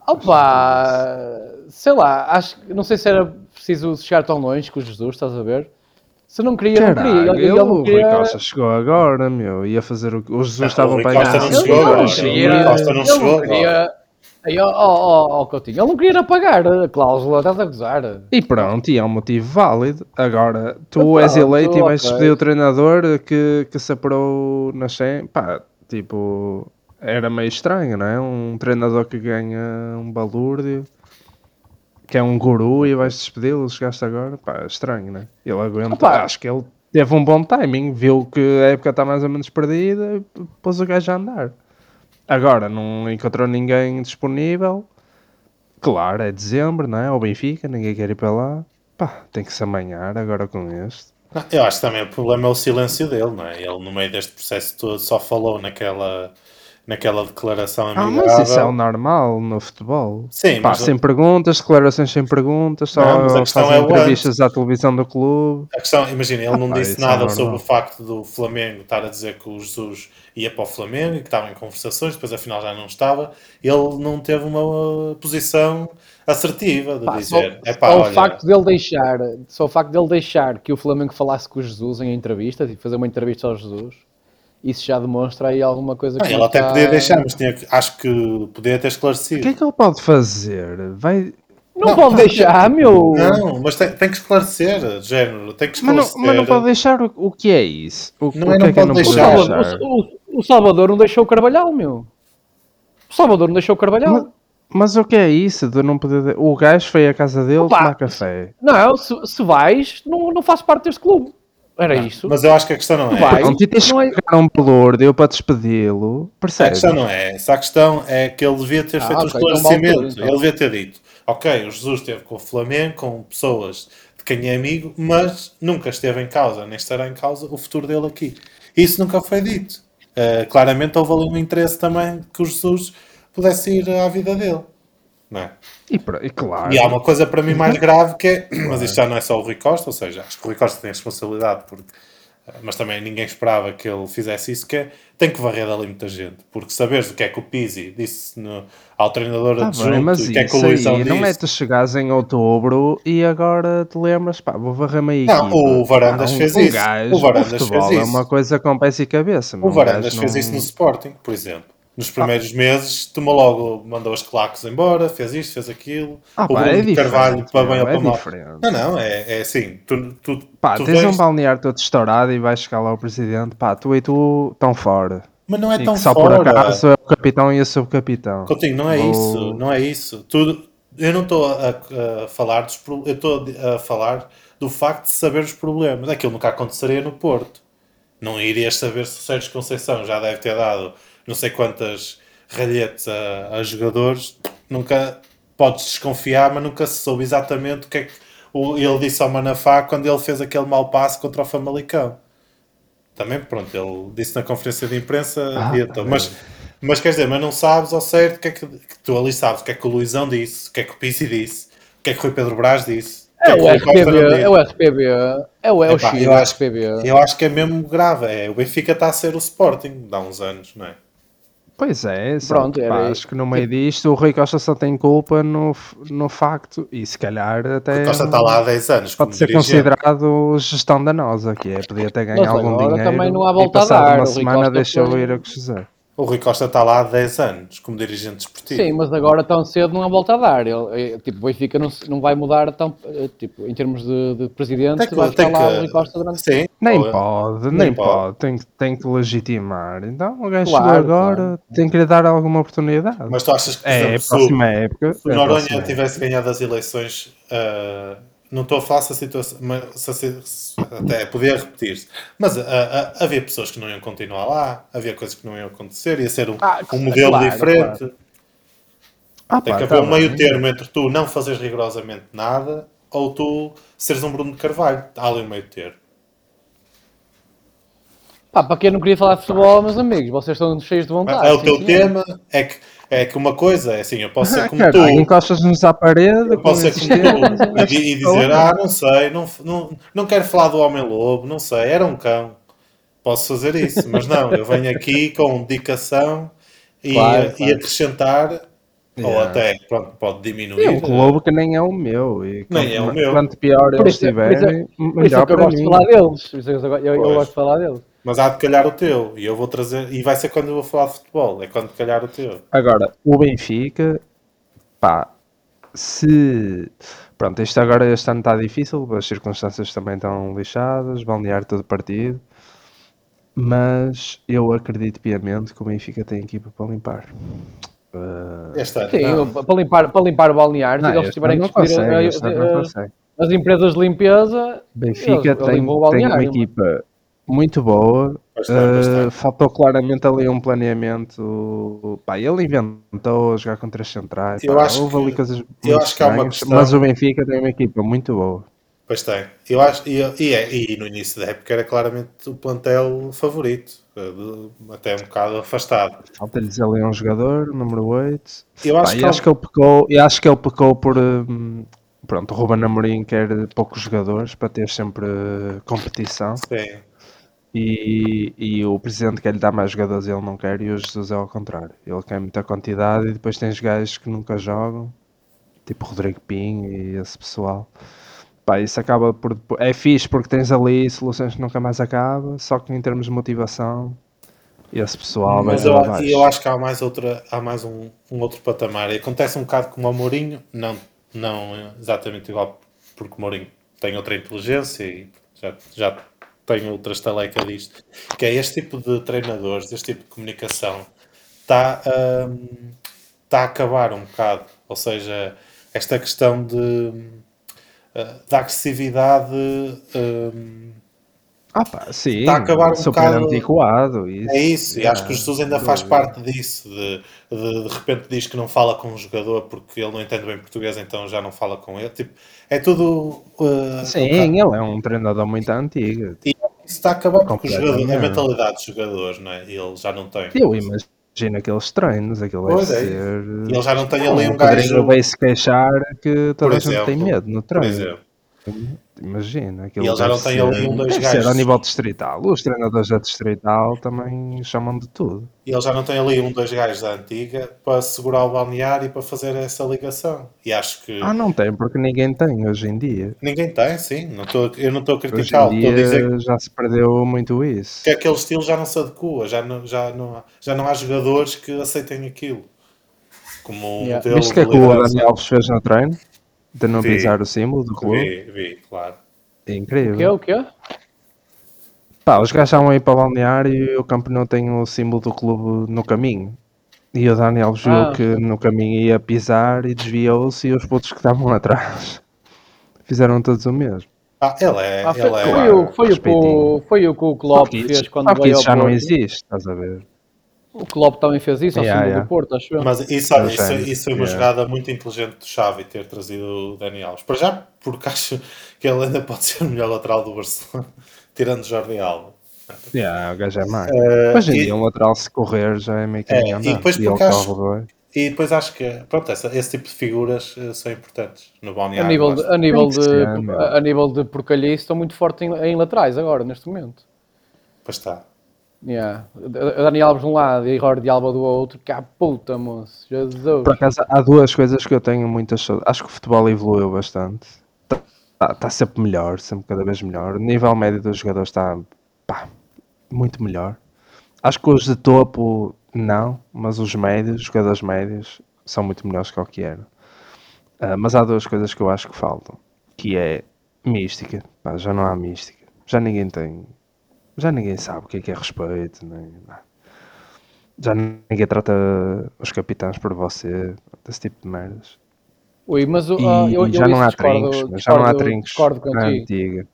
Sei lá, não sei se era preciso chegar tão longe com o Jesus, estás a ver? Se não queria, não queria. Caralho, Ele não o Rui queria. Costa chegou agora, meu. Ia fazer o que os Jesus Não, estavam o Rui para Costa ganhar. não chegou agora. queria- O Rui Costa não ele chegou queria. agora. Aí, Coutinho, ele não queria pagar a cláusula, estás a gozar. E pronto, e é um motivo válido. Agora, tu Pronto, és eleito e vais ok. despedir o treinador que se apurou na Champions. Pá, tipo, era meio estranho, não é? Um treinador que ganha um balúrdio, que é um guru, e vais despedi-lo, chegaste agora. Pá, é estranho, não é? Ele aguenta. Opa. Acho que ele teve um bom timing, viu que a época está mais ou menos perdida, pôs o gajo a andar. Agora, não encontrou ninguém disponível. Claro, é dezembro, não é? Ou Benfica, ninguém quer ir para lá. Pá, tem que se amanhar agora com este. Não, eu acho que também o problema é o silêncio dele, não é? Ele, no meio deste processo todo, só falou naquela declaração amigável. Mas isso é o normal no futebol. Sim, Pá, mas sem perguntas, declarações sem perguntas, Não, mas a só questão fazem é o entrevistas à televisão do clube. a questão, imagina, ele não pá, disse isso é nada normal. sobre o facto do Flamengo estar a dizer que o Jesus ia para o Flamengo e que estava em conversações, depois afinal já não estava. Ele não teve uma posição assertiva de dizer, Só o olha, facto dele deixar que o Flamengo falasse com o Jesus em entrevista, tipo, fazer uma entrevista ao Jesus, isso já demonstra aí alguma coisa que ele não até está... podia deixar, mas acho que podia ter O esclarecido. que é que ele pode fazer? Não pode deixar, meu! Não, mas tem que esclarecer, de género, tem que Mas esclarecer. não pode deixar o que é isso? O Não que é, é não que pode não pode deixar. deixar? O Salvador não deixou o Carvalhal, meu. O Salvador não deixou o Carvalhal. Mas o que é isso de não poder... O gajo foi à casa dele Opa, tomar café. Não, se vais, não faço parte deste clube. Era isso. Mas eu acho que a questão não é. Vai. Não, tens não é- que pagar um valor, deu para despedi-lo. A Percebes? questão não é essa. A questão é que ele devia ter feito um ok, então vale esclarecimento. tudo, então. Ele devia ter dito: ok, o Jesus esteve com o Flamengo, com pessoas de quem é amigo, mas nunca esteve em causa, nem estará em causa o futuro dele aqui. Isso nunca foi dito. Claramente houve ali um interesse também que o Jesus pudesse ir à vida dele. Não é? E claro. E há uma coisa para mim mais grave que é, mas isto já não é só o Rui Costa, ou seja, acho que o Rui Costa tem a responsabilidade, mas também ninguém esperava que ele fizesse isso, que é, tem que varrer dali muita gente, porque saberes o que é que o Pizzi disse ao treinador Tá adjunto, bem, mas o que é que o isso Luizão aí disse. não é tu chegares em outubro e agora te lembras, pá, vou varrer-me a equipa. Não, o Varandas fez isso. Gajo, O Varandas futebol fez é isso. uma coisa com pés e cabeça. O Varandas fez isso no Sporting, por exemplo. Nos primeiros meses, tomou logo, mandou as claques embora, fez isto, fez aquilo. O pá, Bruno é Carvalho, diferente, para bem ou é para mal. diferente. Não, é assim. Pá, tu tens um vês- balneário todo estourado e vais chegar lá o presidente, pá, tu e tu estão fora. Mas não é E tão que só fora. por acaso é o capitão e eu sou o capitão. Coutinho, não é isso, não é isso. Eu não estou a falar eu estou a falar do facto de saber os problemas. Aquilo nunca aconteceria no Porto. Não irias saber se o Sérgio Conceição já deve ter dado não sei quantas ralhetes a jogadores. Nunca podes desconfiar, mas nunca se soube exatamente o que é que ele disse ao Manafá quando ele fez aquele mau passe contra o Famalicão. Também, pronto, ele disse na conferência de imprensa, mas quer dizer, mas não sabes ao certo o que é que tu ali sabes, o que é que o Luizão disse, o que é que o Pizzi disse, o que é que o Rui Pedro Brás disse. É o que é que Rui Costa não RPB, disse. é o RPB, é o Epá, X, eu o acho- RPB. Eu acho que é mesmo grave. O Benfica está a ser o Sporting de há uns anos, não é? Pois é, só Pronto, que, era pá, isso. acho que no meio disto o Rui Costa só tem culpa no facto, e se calhar O até Costa está lá há 10 anos como pode ser dirigente. considerado gestão danosa, que é, podia até ganhar Mas algum agora dinheiro também não há e volta a passado dar, uma o Rui semana Costa deixou foi- ir a cozer. O Rui Costa está lá há 10 anos como dirigente desportivo. Sim, mas agora tão cedo não há volta a dar. Tipo, o Benfica não vai mudar tão, tipo, em termos de presidente, vai ficar lá o Rui Costa durante... Sim, Nem ou- pode, nem nem pode. pode, tem que legitimar. Então o gajo Claro, chegou agora, tem que lhe dar alguma oportunidade. Mas tu achas que, por É a exemplo, próxima época. se o é a Noronha próxima tivesse ganhado as eleições não estou a falar se a situação, mas até podia repetir-se, mas havia pessoas que não iam continuar lá, havia coisas que não iam acontecer, ia ser um modelo claro, diferente. Tem que haver um meio bem. termo entre tu não fazeres rigorosamente nada ou tu seres um Bruno de Carvalho. Há ali um meio termo. Pá, para quem não queria falar de futebol, meus amigos, vocês estão cheios de vontade. É o sim, teu senhor. tema, é que uma coisa é assim, eu posso ser como Caralho, tu. encostas-nos à parede Eu com posso ser esses como temas tu e dizer, não sei, não quero falar do Homem-Lobo, não sei, era um cão. Posso fazer isso, mas não, eu venho aqui com dedicação Claro, e acrescentar, ou Yeah. até, pronto, pode E diminuir. um clube que nem é o meu. E Nem é o meu. quanto pior Por eles isso, estiverem, por isso melhor é que eu para gosto de mim. falar deles. Por isso é que eu Pois. gosto de falar deles. Mas há de calhar o teu, e eu vou trazer, e vai ser quando eu vou falar de futebol, é quando calhar o teu. Agora, o Benfica, pá, se. Pronto, isto agora este ano está difícil, as circunstâncias também estão lixadas, balnear todo partido. Mas eu acredito piamente que o Benfica tem equipa para limpar. Este ano, Sim, não. para limpar o balneário, se eles Este tiverem ano que não despedir consegue, este ano não consegue. as empresas de limpeza, Benfica eles limpam o tem uma balneário. equipa muito boa. Pois tem. Faltou claramente ali um planeamento. Pá, ele inventou a jogar com 3 centrais. Eu Pá, acho houve ali que- coisas eu muito acho que há uma estranhas, questão- mas o Benfica tem uma equipa muito boa. Pois tem. Eu acho, e no início da época era claramente o plantel favorito, até um bocado afastado. Falta-lhes ali um jogador, número 8. Eu acho Pá, que e acho que ele pecou por. Pronto, o Ruben Amorim quer poucos jogadores para ter sempre competição. sim. E o presidente quer lhe dar mais jogadores e ele não quer, e o Jesus é ao contrário. Ele quer muita quantidade e depois tens gajos que nunca jogam, tipo Rodrigo Pinho e esse pessoal. Pá, isso acaba por. É fixe porque tens ali soluções que nunca mais acaba, só que em termos de motivação, esse pessoal vai Mas tudo eu abaixo. acho que há mais um outro patamar. E acontece um bocado com o Mourinho, não exatamente igual, porque o Mourinho tem outra inteligência e já tem outra estaleca disto, que é este tipo de treinadores, este tipo de comunicação, está a acabar um bocado. Ou seja, esta questão da agressividade. Pá, sim, Está a acabar um super bocado. antiquado. Isso, É isso, e acho que o Jesus ainda sem faz dúvida. parte disso, de repente diz que não fala com o jogador porque ele não entende bem português, então já não fala com ele. Tipo, é tudo. Sim, ele é um treinador muito antigo. E isso está a acabar porque a Completamente. mentalidade dos jogadores, não é? Ele já não tem. Eu imagino aqueles treinos, aquilo deve Pois é. ser. E ele já não tem ali um O Pedrinho gajo. veio se queixar que Por toda a gente tem exemplo, medo no por treino. exemplo. Imagina, E ele já não tem ali um, dois deve ser gajos. ao nível distrital. Os treinadores da distrital também chamam de tudo. E ele já não tem ali um, dois gajos da antiga para segurar o balneário e para fazer essa ligação. E acho que Não tem, porque ninguém tem hoje em dia. ninguém tem, sim. Eu não estou a Hoje em criticá-lo. Estou a dizer dia já se perdeu muito isso. que aquele estilo já não se adequa, já não há jogadores que aceitem aquilo. Como o Yeah. modelo Viste o que é de que o liderança. Dani Alves fez no treino? De não Vi. pisar o símbolo do clube? Vi, claro. É O incrível. quê? Pá, os gajos estavam aí para o balneário e o campeão tem o símbolo do clube no caminho. E o Dani Alves viu que no caminho ia pisar e desviou-se, e os putos que estavam atrás fizeram todos o mesmo. Foi o que o Klopp fez quando Só que veio isso ao já não Porto. existe, estás a ver? O Klopp também fez isso ao símbolo Yeah. do Porto, acho eu. Mas isso foi uma Yeah. jogada muito inteligente do Xavi ter trazido o Dani Alves. Para já, porque acho que ele ainda pode ser o melhor lateral do Barcelona, tirando Jordi Alba. O gajo é mais. Hoje em dia um lateral se correr já é meio caminho andado. E depois ele porque acho, corre bem. e depois acho que pronto, esse tipo de figuras são importantes no A balneário. nível, gosto. a, nível Tem que ser, de, meu. a nível de porcalhice estão muito fortes em laterais agora, neste momento. Pois está. Yeah. A Dani Alves de um lado e Jordi Alba do outro. Que puta, moço. Jesus. Por acaso, há duas coisas que eu tenho muitas saudades. Acho que o futebol evoluiu bastante. Está sempre melhor, sempre cada vez melhor. O nível médio dos jogadores está muito melhor. Acho que os de topo não, mas os médios, os jogadores médios, são muito melhores que o que eram. Mas há duas coisas que eu acho que faltam, que é mística. Pá, já não há mística. Já ninguém sabe o que é respeito. Já ninguém trata os capitães por você. Desse tipo de merdas. Ui, mas E eu já não isso há trincos, mas já não há trincos discordo na contigo. antiga.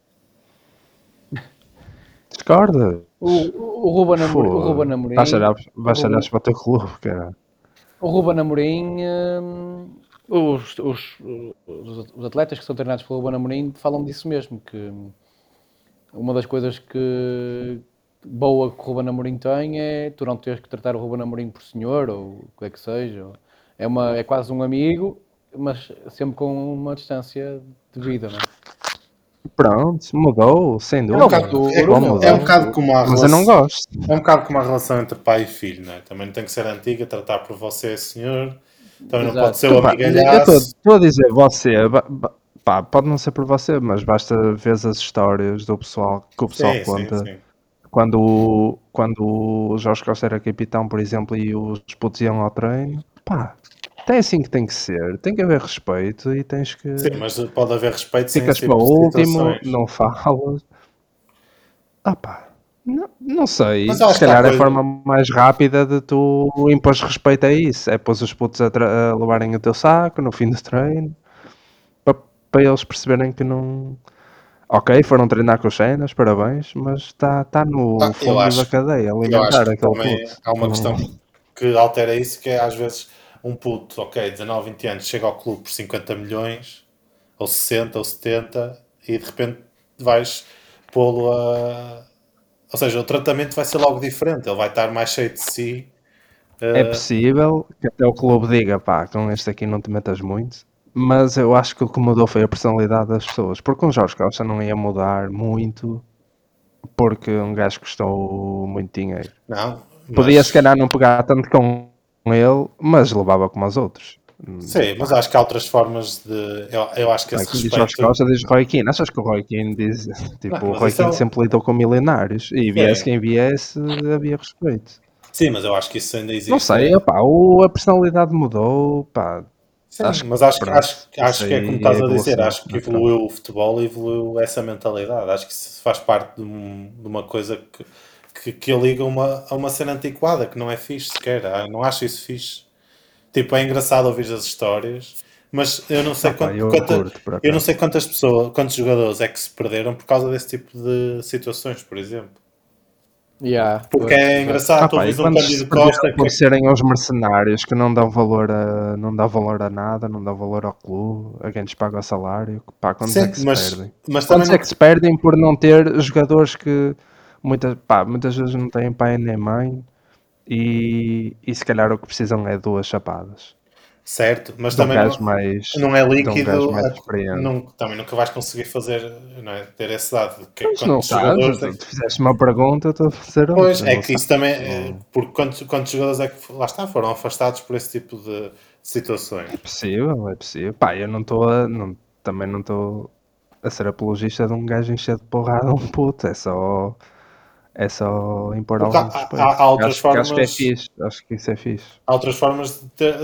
Discorda? O Ruben Amorim, o Ruben Foda. Amorim, Vais olhar para o teu clube, cara. o Ruben Amorim, os atletas que são treinados pelo Ruben Amorim falam disso mesmo, que uma das coisas que boa que o Ruben Amorim tem é tu não teres que tratar o Ruben Amorim por senhor, ou o que é que seja. É quase um amigo, mas sempre com uma distância de vida, não é? Pronto, mudou, sem É um dúvida. bocado, Futebol mudou. é um bocado como a Mas eu não relação. gosto. É um bocado como a relação entre pai e filho, não é? Também não tem que ser antiga, tratar por você, senhor. Também não pode Exato. ser o Então, pá, eu amigalhaço. estou a dizer você, pá, pode não ser por você, mas basta ver as histórias do pessoal que o pessoal Sim, sim, conta. sim. Quando o Jorge Costa era capitão, por exemplo, e os putos iam ao treino, pá, é assim que tem que ser. Tem que haver respeito e tens que. Sim, mas pode haver respeito sem Ficas esse para tipo o de último, situações. não falas. Ah, pá, não sei. Mas eu Se acho que há calhar a coisa. forma mais rápida de tu impor respeito é isso. É pôr os putos a levarem o teu saco no fim do treino para eles perceberem que não. Ok, foram treinar com os cenas, parabéns, mas está no Eu fundo da acho, cadeia eu acho alimentar que aquele também puto. há uma questão que altera isso, que é às vezes um puto, ok, 19, 20 anos, chega ao clube por 50 milhões, ou 60, ou 70, e de repente vais pô-lo a... Ou seja, o tratamento vai ser logo diferente, ele vai estar mais cheio de si. É possível que até o clube diga, pá, com este aqui não te metas muito, mas eu acho que o que mudou foi a personalidade das pessoas, porque um Jorge Costa não ia mudar muito, porque um gajo custou muito dinheiro. Não, Podia se mas... calhar não pegar tanto com ele, mas levava como os outros. Sim, mas acho que há outras formas de... Eu acho que esse Aqui diz Jorge respeito... Costa, diz Roy Keane. Achas que o Roy Keane diz, Não, tipo, o mas Roy isso é... Keane sempre lidou com milionários, e viesse Sim, quem viesse, havia respeito. sim, mas eu acho que isso ainda Não existe. sei, opá, a personalidade mudou, pá, Sim, acho que mas acho, pronto, isso acho que é como aí é estás a dizer, evolução acho que natural. evoluiu o futebol e evoluiu essa mentalidade. Acho que isso faz parte de uma coisa que liga a uma cena antiquada, que não é fixe sequer. Não acho isso fixe. Tipo, é engraçado ouvir as histórias, mas eu não sei Ah, pá, eu curto, por eu não sei acaso. quantas pessoas, quantos jogadores é que se perderam por causa desse tipo de situações, por exemplo. Yeah, Porque pois, é exato. engraçado, Ah, tu pá, e ouvis um quantos se Cândido perderam Costa por que serem os mercenários que não dá valor a nada, não dá valor ao clube, a quem lhes paga o salário, pá, quantos é sim, que se perdem? mas também Quantos é não. que se perdem por não ter jogadores que muitas vezes não têm pai nem mãe e se calhar o que precisam é duas chapadas Certo, mas de um também gajo não é de um gajo líquido, mais experiente. também nunca vais conseguir fazer, não é, ter esse dado. Que, Mas não quantos estás, jogadores é que... tu fizeste uma pergunta, eu estou a fazer Pois, outra, é não que isso sabes. também, porque quantos jogadores é que, lá está, foram afastados por esse tipo de situações. É possível, é possível. Pá, eu não estou a. Também não estou a ser apologista de um gajo encher de porrada a um puto. É só impor Porque algum respeito. há outras Acho que é formas, fixe. Acho que isso é fixe. há outras formas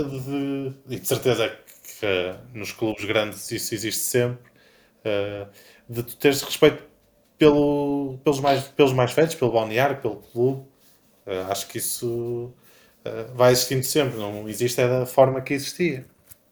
e de certeza que nos clubes grandes isso existe sempre, eh, de tu teres respeito pelos mais velhos, pelo balneário, pelo clube. Acho que isso vai existindo sempre, não existe é da forma que existia.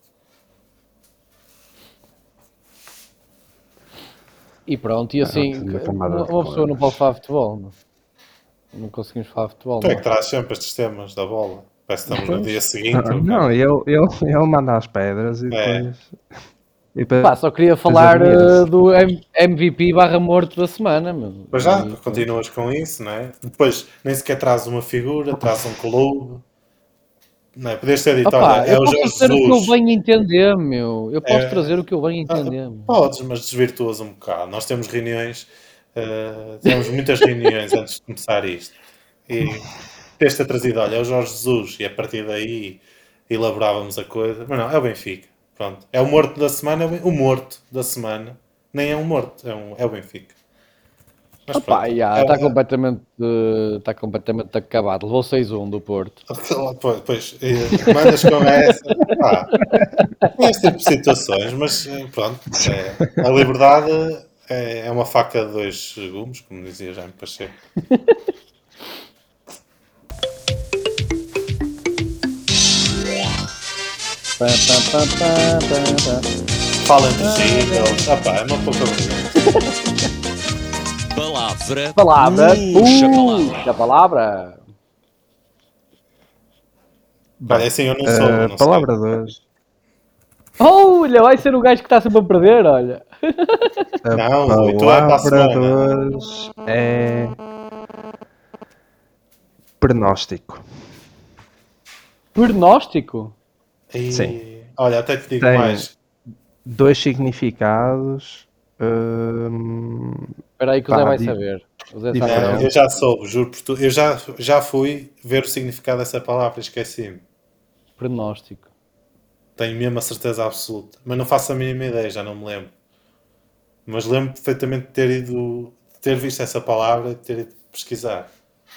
E pronto, e assim, Ainda estou nada uma pessoa não pode falar futebol, não conseguimos falar futebol, Tu é não que é? trazes sempre estes temas da bola. Parece que estamos no dia seguinte. Não, ele manda as pedras e É. depois. E depois Pá, só queria depois falar admira-se. do MVP barra morto da semana, meu. Mas já, E, continuas com isso, não é? Depois nem sequer trazes uma figura, trazes um clube. Não é? Podias ter dito, olha, opá, é eu o posso Jorge trazer o que eu Jesus. venho entender, meu. Eu posso É, trazer o que eu venho entender, meu. podes, mas desvirtuas um bocado. Nós temos reuniões, temos muitas reuniões antes de começar isto. E ter trazido, olha, é o Jorge Jesus, e a partir daí elaborávamos a coisa. Mas não, é o Benfica. Pronto. É o morto da semana, o morto da semana. Nem é um morto, é o Benfica. Mas Opá, pronto. está completamente acabado. Levou 6-1 do Porto. Pois, mandas com essa. Pá, tem este tipo de situações, mas pronto. A liberdade é uma faca de dois gumes, como dizia Jaime Pacheco. Pá, pá, pá, pá, pá, pá. Fala entre jingles. Pá, é uma pouca coisa. Palavra. Puxa palavra. Da palavra. Olha, assim eu não sou, não Palavra sei. 2. Olha, vai ser o gajo que está sempre a perder, olha. Não, Rui, tu é para a Palavra semana. 2 é pronóstico. Pronóstico? E, Sim. olha, até te digo Tem mais. 2 significados. Espera aí que o Pá, Zé vai di- saber. O Zé sabe diferente. logo. Eu já soube, juro por tu. Eu já fui ver o significado dessa palavra, esqueci-me. Pronóstico. Tenho mesmo a certeza absoluta. Mas não faço a mínima ideia, já não me lembro. Mas lembro perfeitamente de ter ido, de ter visto essa palavra e de ter ido pesquisar.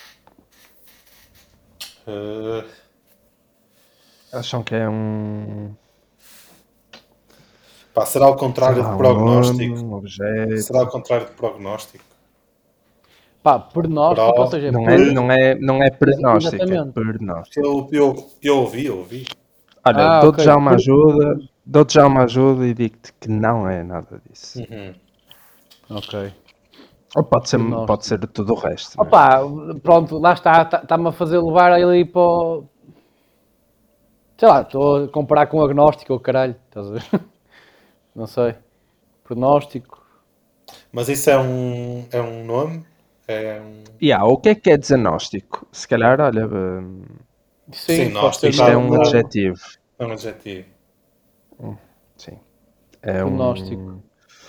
Acham que é um. Pá, será ao Sei contrário lá, de um prognóstico? nome, um objeto. Será ao contrário de prognóstico? Pá, pronóstico, ou seja, Não é pronóstico, é Exatamente. pronóstico. Eu ouvi. Olha, Ah, dou-te ok. já uma ajuda. Dou-te já uma ajuda e digo-te que não é nada disso. Uhum. Ok. Ou pode Pronóstico. ser tudo o resto. não é? Opa, pronto, lá está-me a fazer levar ali para o... Sei lá, estou a comparar com o agnóstico, caralho, estás a ver? Não sei. Pronóstico. Mas isso é um nome? É um... O que é diagnóstico? Se calhar, olha, Sim, pode gnóstico, ser isto é mesmo. um adjetivo. É um adjetivo. Sim. É Pronóstico.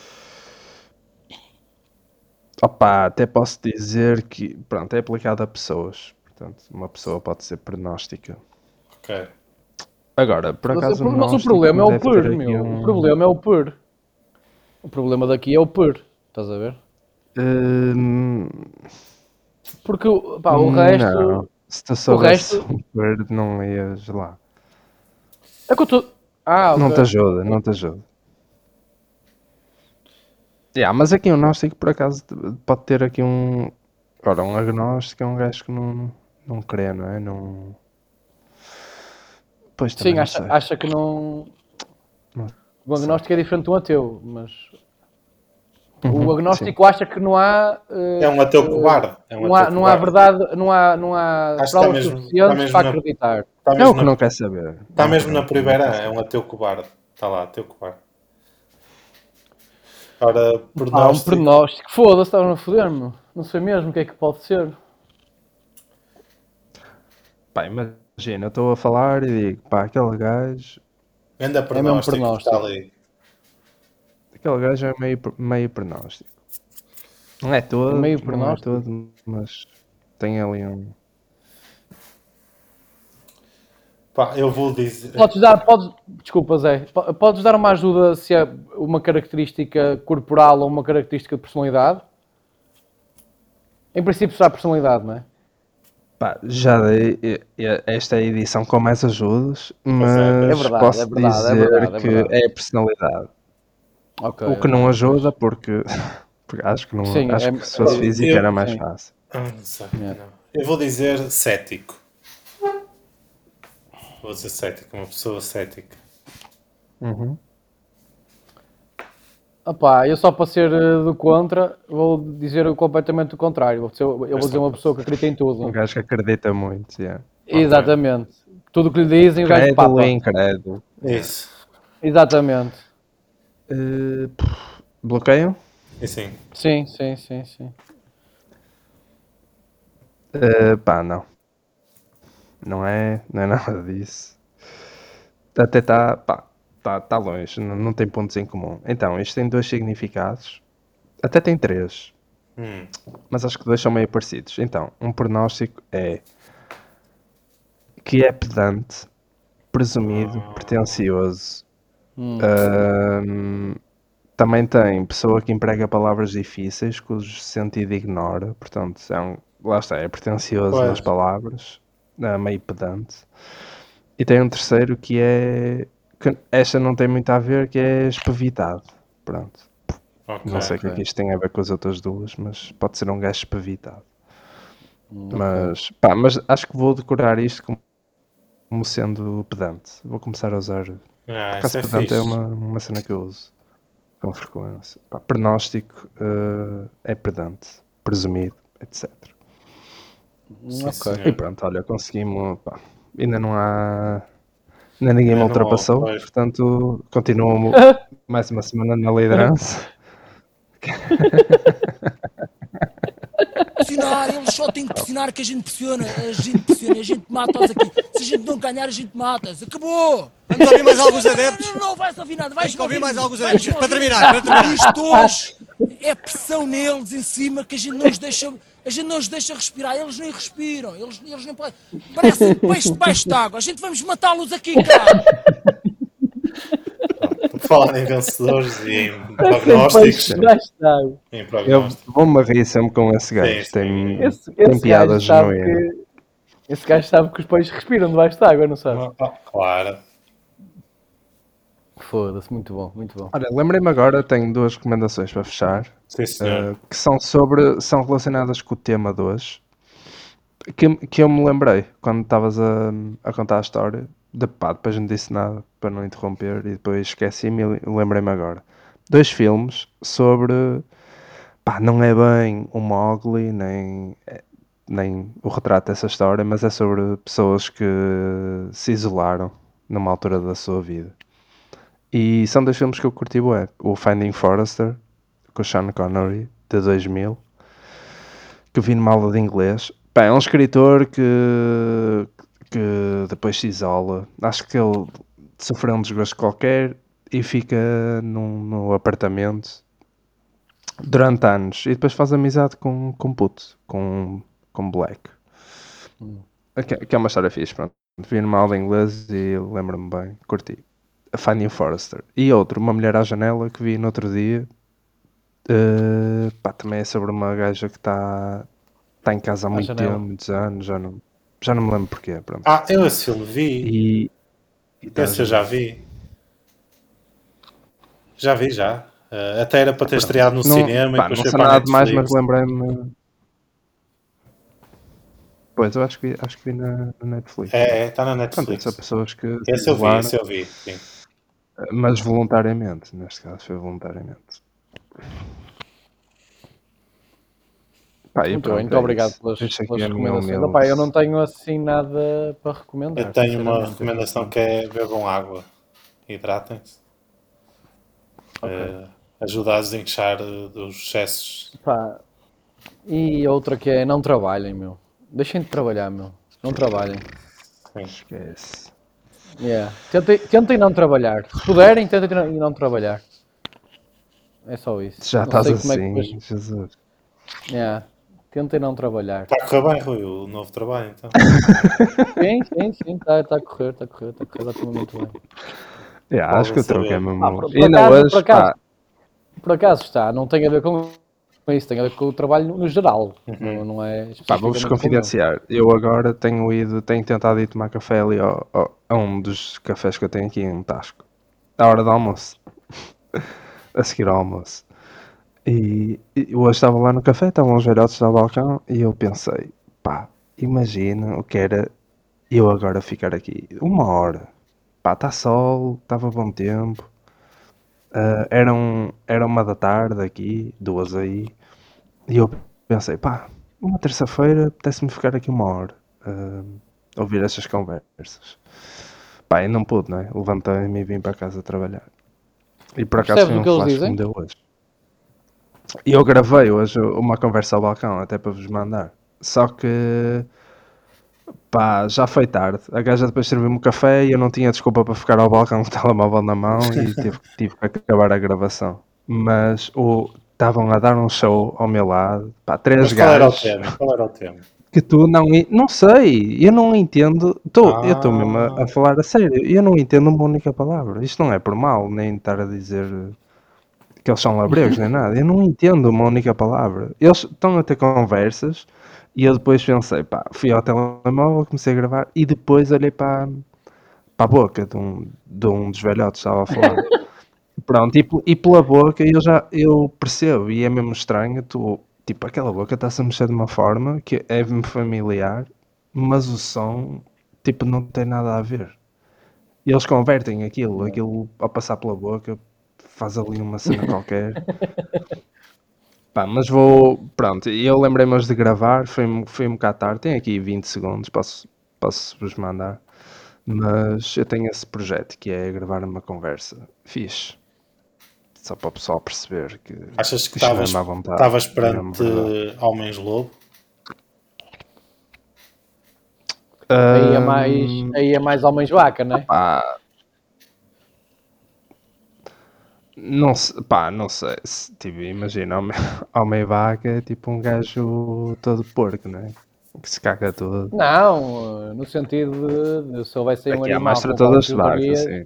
Opa, até posso dizer que, pronto, é aplicado a pessoas. Portanto, uma pessoa pode ser pronóstica. Ok. Agora, por Mas acaso, o problema é o deve per, ter aqui meu. O problema é o per. O problema daqui é o per, estás a ver? Hum, Porque, pá, o resto... Não. Se tu O soubesse resto... super, não ias lá. É que eu estou... Ah, Não ok. te ajuda, não te ajuda. Mas aqui um gnóstico, por acaso, pode ter aqui um... Ora, um agnóstico é um gajo que não crê, não é? Não... Pois também Sim, não sei. acha que não... Não O agnóstico é diferente do ateu, mas... Uhum, O agnóstico acha que não há... É um ateu cobarde. É um não há, ateu não há cobarde. verdade, não há Acho que provas suficientes para acreditar. Está É o mesmo, que não quer saber. está É o mesmo que na não primeira, quer é saber. um ateu cobarde. Está lá, ateu cobarde. Ora, Um pronóstico. pronóstico. Foda-se, estavam a foder-me. Não sei mesmo o que é que pode ser. Pá, imagina, eu estou a falar e digo, pá, aquele gajo Anda É mesmo pronóstico, está pronóstico. ali. é meio pronóstico. Não é todo, Meio não é pronóstico. todo, mas tem ali um... Pá, eu vou dizer. Desculpa, Zé. Podes dar uma ajuda se é uma característica corporal ou uma característica de personalidade? Em princípio será personalidade, não é? Pá, já dei esta é a edição com mais ajudas, é. mas É posso verdade, dizer é que verdade. é a personalidade. Ok, O que não ajuda porque acho que Sim, acho que se fosse física era mais sim. fácil. Não sei. Não. Eu vou dizer cético. Vou dizer cético, uma pessoa cética. Uhum. Opá, eu só para ser do contra, vou dizer completamente o contrário. Eu vou dizer uma pessoa que acredita em Um tudo. gajo que acredita muito, yeah. Exatamente. Tudo o que lhe dizem, o gajo Crédulo papa. e incrédulo. Isso. Exatamente. Bloqueiam? E sim. Sim. Pá, não. Não é nada disso. Até está longe, não tem pontos em comum. Então, isto tem 2 significados. Até tem 3. Mas acho que 2 são meio parecidos. Então, um pronóstico é que é pedante, presumido, pretencioso. Também tem pessoa que emprega palavras difíceis cujo sentido ignora. Portanto, lá está, é pretencioso Pois. nas palavras, meio pedante. E tem um terceiro que é... que esta não tem muito a ver, que é espevitado. Pronto. Ok. Não sei o que é que isto tem a ver com as outras duas, mas pode ser um gajo espevitado. Mas acho que vou decorar isto como como sendo pedante. Vou começar a usar. Por Isso acaso é pedante fixe. é uma cena que eu uso com frequência. Pá, pronóstico é pedante, presumido, etc. Sim, Ok. senhor. E pronto, olha, conseguimos. Pá, ainda não há. Ainda ninguém me Ainda não há, ultrapassou, pois. portanto, continuo mais uma semana na liderança. Pressionar, eles só têm que pressionar que a gente pressiona, a gente mata-os aqui. Se a gente não ganhar, a gente mata-os. Acabou! Vamos ouvir mais alguns adeptos. Não vais ouvir nada, vais Tem que ouvir mais alguns vais adeptos. Para terminar. Isto hoje é pressão neles em cima que a gente não os deixa respirar. Eles nem respiram, eles nem podem. Parecem peixe debaixo de água. A gente vamos matá-los aqui, cara. Por falar em vencedores e em prognósticos. Em Eu prognósticos. vou-me rir sempre com esse gajo. Sim, Tem, sim. Esse tem gajo piada sabe genuína. que. Esse gajo sabe que os peixes respiram debaixo de água, não sabe? Claro. Foda-se, muito bom, muito bom. Olha, lembrei-me agora, tenho duas recomendações para fechar, Sim, senhor. que são relacionadas com o tema de hoje, que eu me lembrei quando estavas a contar a história. Depois não disse nada para não interromper e depois esqueci-me e lembrei-me agora. 2 filmes sobre, pá, não é bem o Mowgli, nem o retrato dessa história, mas é sobre pessoas que se isolaram numa altura da sua vida. E são 2 filmes que eu curti bué. O Finding Forrester, com o Sean Connery, de 2000, que eu vi numa aula de inglês. Pá, é um escritor que depois se isola. Acho que ele sofreu um desgosto qualquer e fica no apartamento durante anos. E depois faz amizade com puto, com Black. Que é uma história fixe, pronto. Vi numa aula de inglês e lembro-me bem, curti. A Finding Forrester. E outro, Uma Mulher à Janela, que vi no outro dia. Pá, também é sobre uma gaja que está em casa há muito janela. tempo, muitos anos, já não me lembro porquê. Pronto. Eu esse filme vi. Esse eu já vi. Já vi, já. Até era para ter estreado no cinema Pá, e depois não foi sei para a nada demais, Netflix. mas lembrei-me. Pois, eu acho que vi na Netflix. Está na Pronto, Netflix. são pessoas que se Esse eu vi, isolaram, esse eu vi. Sim. mas voluntariamente, neste caso foi voluntariamente. Pá, Muito pronto, bem, muito é obrigado isso. pelas Deixa aqui a minha recomendações. humilde- Opa, eu não tenho assim nada para recomendar. Eu tenho uma sinceramente. recomendação que é bebam água. Hidratem-se. Ajuda a desinchar dos excessos. Pá, e outra que é não trabalhem, meu. Deixem de trabalhar, meu. Não trabalhem. Esquece. Yeah. Tentem não trabalhar. Se puderem, tentem não trabalhar. É só isso. Já Não estás sei como é que assim, depois- Jesus. Yeah. Tentem não trabalhar. Está a correr bem, Rui, o novo trabalho, então. Sim, está a correr, está tudo muito bem. Yeah, acho que o troco é saber. mesmo. Por Ainda acaso, hoje, por acaso. pá, Por acaso está, não tem a ver com isso, tem a ver com o trabalho no geral. Não é pá, vou-vos especificamente com o meu. confidenciar. Eu agora tenho tentado ir tomar café ali a um dos cafés que eu tenho aqui em Tasco. À hora do almoço. A seguir ao almoço. E hoje estava lá no café, estavam os velhotes no balcão e eu pensei, pá, imagina o que era eu agora ficar aqui 1 hora. Pá, está sol, estava bom tempo. Era 1 da tarde aqui, 2 aí. E eu pensei, pá, uma terça-feira apetece-me ficar aqui 1 hora. Ouvir estas conversas. Pá, e não pude, não é? Levantei-me e vim para casa trabalhar. E por acaso Percebes foi o um que eles flash que dizem? me deu hoje. E eu gravei hoje uma conversa ao balcão, até para vos mandar. Só que, pá, já foi tarde. A gaja depois serviu-me café e eu não tinha desculpa para ficar ao balcão com o telemóvel na mão e tive que acabar a gravação. Mas estavam a dar um show ao meu lado, pá, 3 Mas qual era o gajos tema? Qual era o tema? que tu não sei, eu não entendo. Eu estou mesmo a falar a sério, eu não entendo uma única palavra. Isto não é por mal, nem estar a dizer que eles são labregos, nem nada. Eu não entendo uma única palavra. Eles estão a ter conversas e eu depois pensei, pá, fui ao telemóvel, comecei a gravar e depois olhei para a boca de um dos velhotes que estava a falar. Pronto, e pela boca eu percebo, e é mesmo estranho, aquela boca está-se a mexer de uma forma que é-me familiar, mas o som, tipo, não tem nada a ver. E eles convertem aquilo ao passar pela boca, faz ali uma cena qualquer. Pá, mas pronto, e eu lembrei-me hoje de gravar, foi um bocado tarde, tem aqui 20 segundos, posso-vos mandar. Mas eu tenho esse projeto que é gravar uma conversa fixe. Só para o pessoal perceber que Achas que isto não é má vontade. estavas é mesmo perante verdade. Homens-Lobo? Aí é mais homens vaca, né? Pá, não sei. Tipo, imagina, homem vaca é tipo um gajo todo porco, né? Que se caga tudo. Não, no sentido de se houvesse aí um Aqui há animal mais com o qual tratadas tu de vaca, gostarias, sim.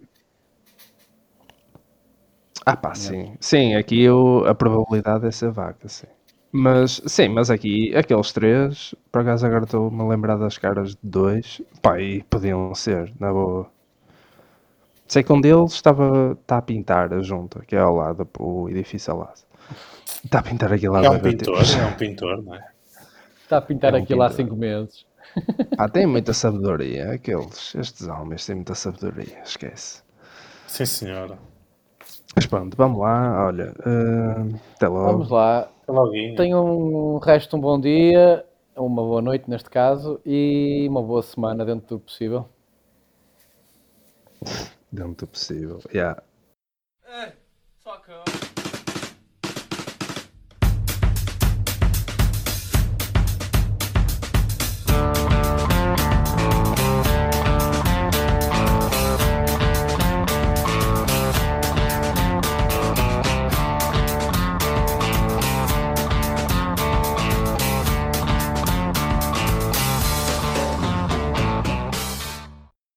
Sim. Sim, aqui a probabilidade é ser vaca, sim. Mas aqui, aqueles três, por acaso agora estou-me a lembrar das caras de dois, pá, e podiam ser, na boa. Sei que um deles está a pintar a junta, que é ao lado, o edifício ao lado. Está a pintar aquilo há É bué um de pintor, tempo. é um pintor, não é? está a pintar É um aquilo há pintor. 5 meses. Pá, tem muita sabedoria, estes homens têm muita sabedoria, esquece. Sim, senhora. Mas pronto, vamos lá, olha, até Vamos logo. lá. Até loguinho. Tenham um resto de um bom dia, uma boa noite neste caso, e uma boa semana dentro do possível. Dentro do possível, yeah.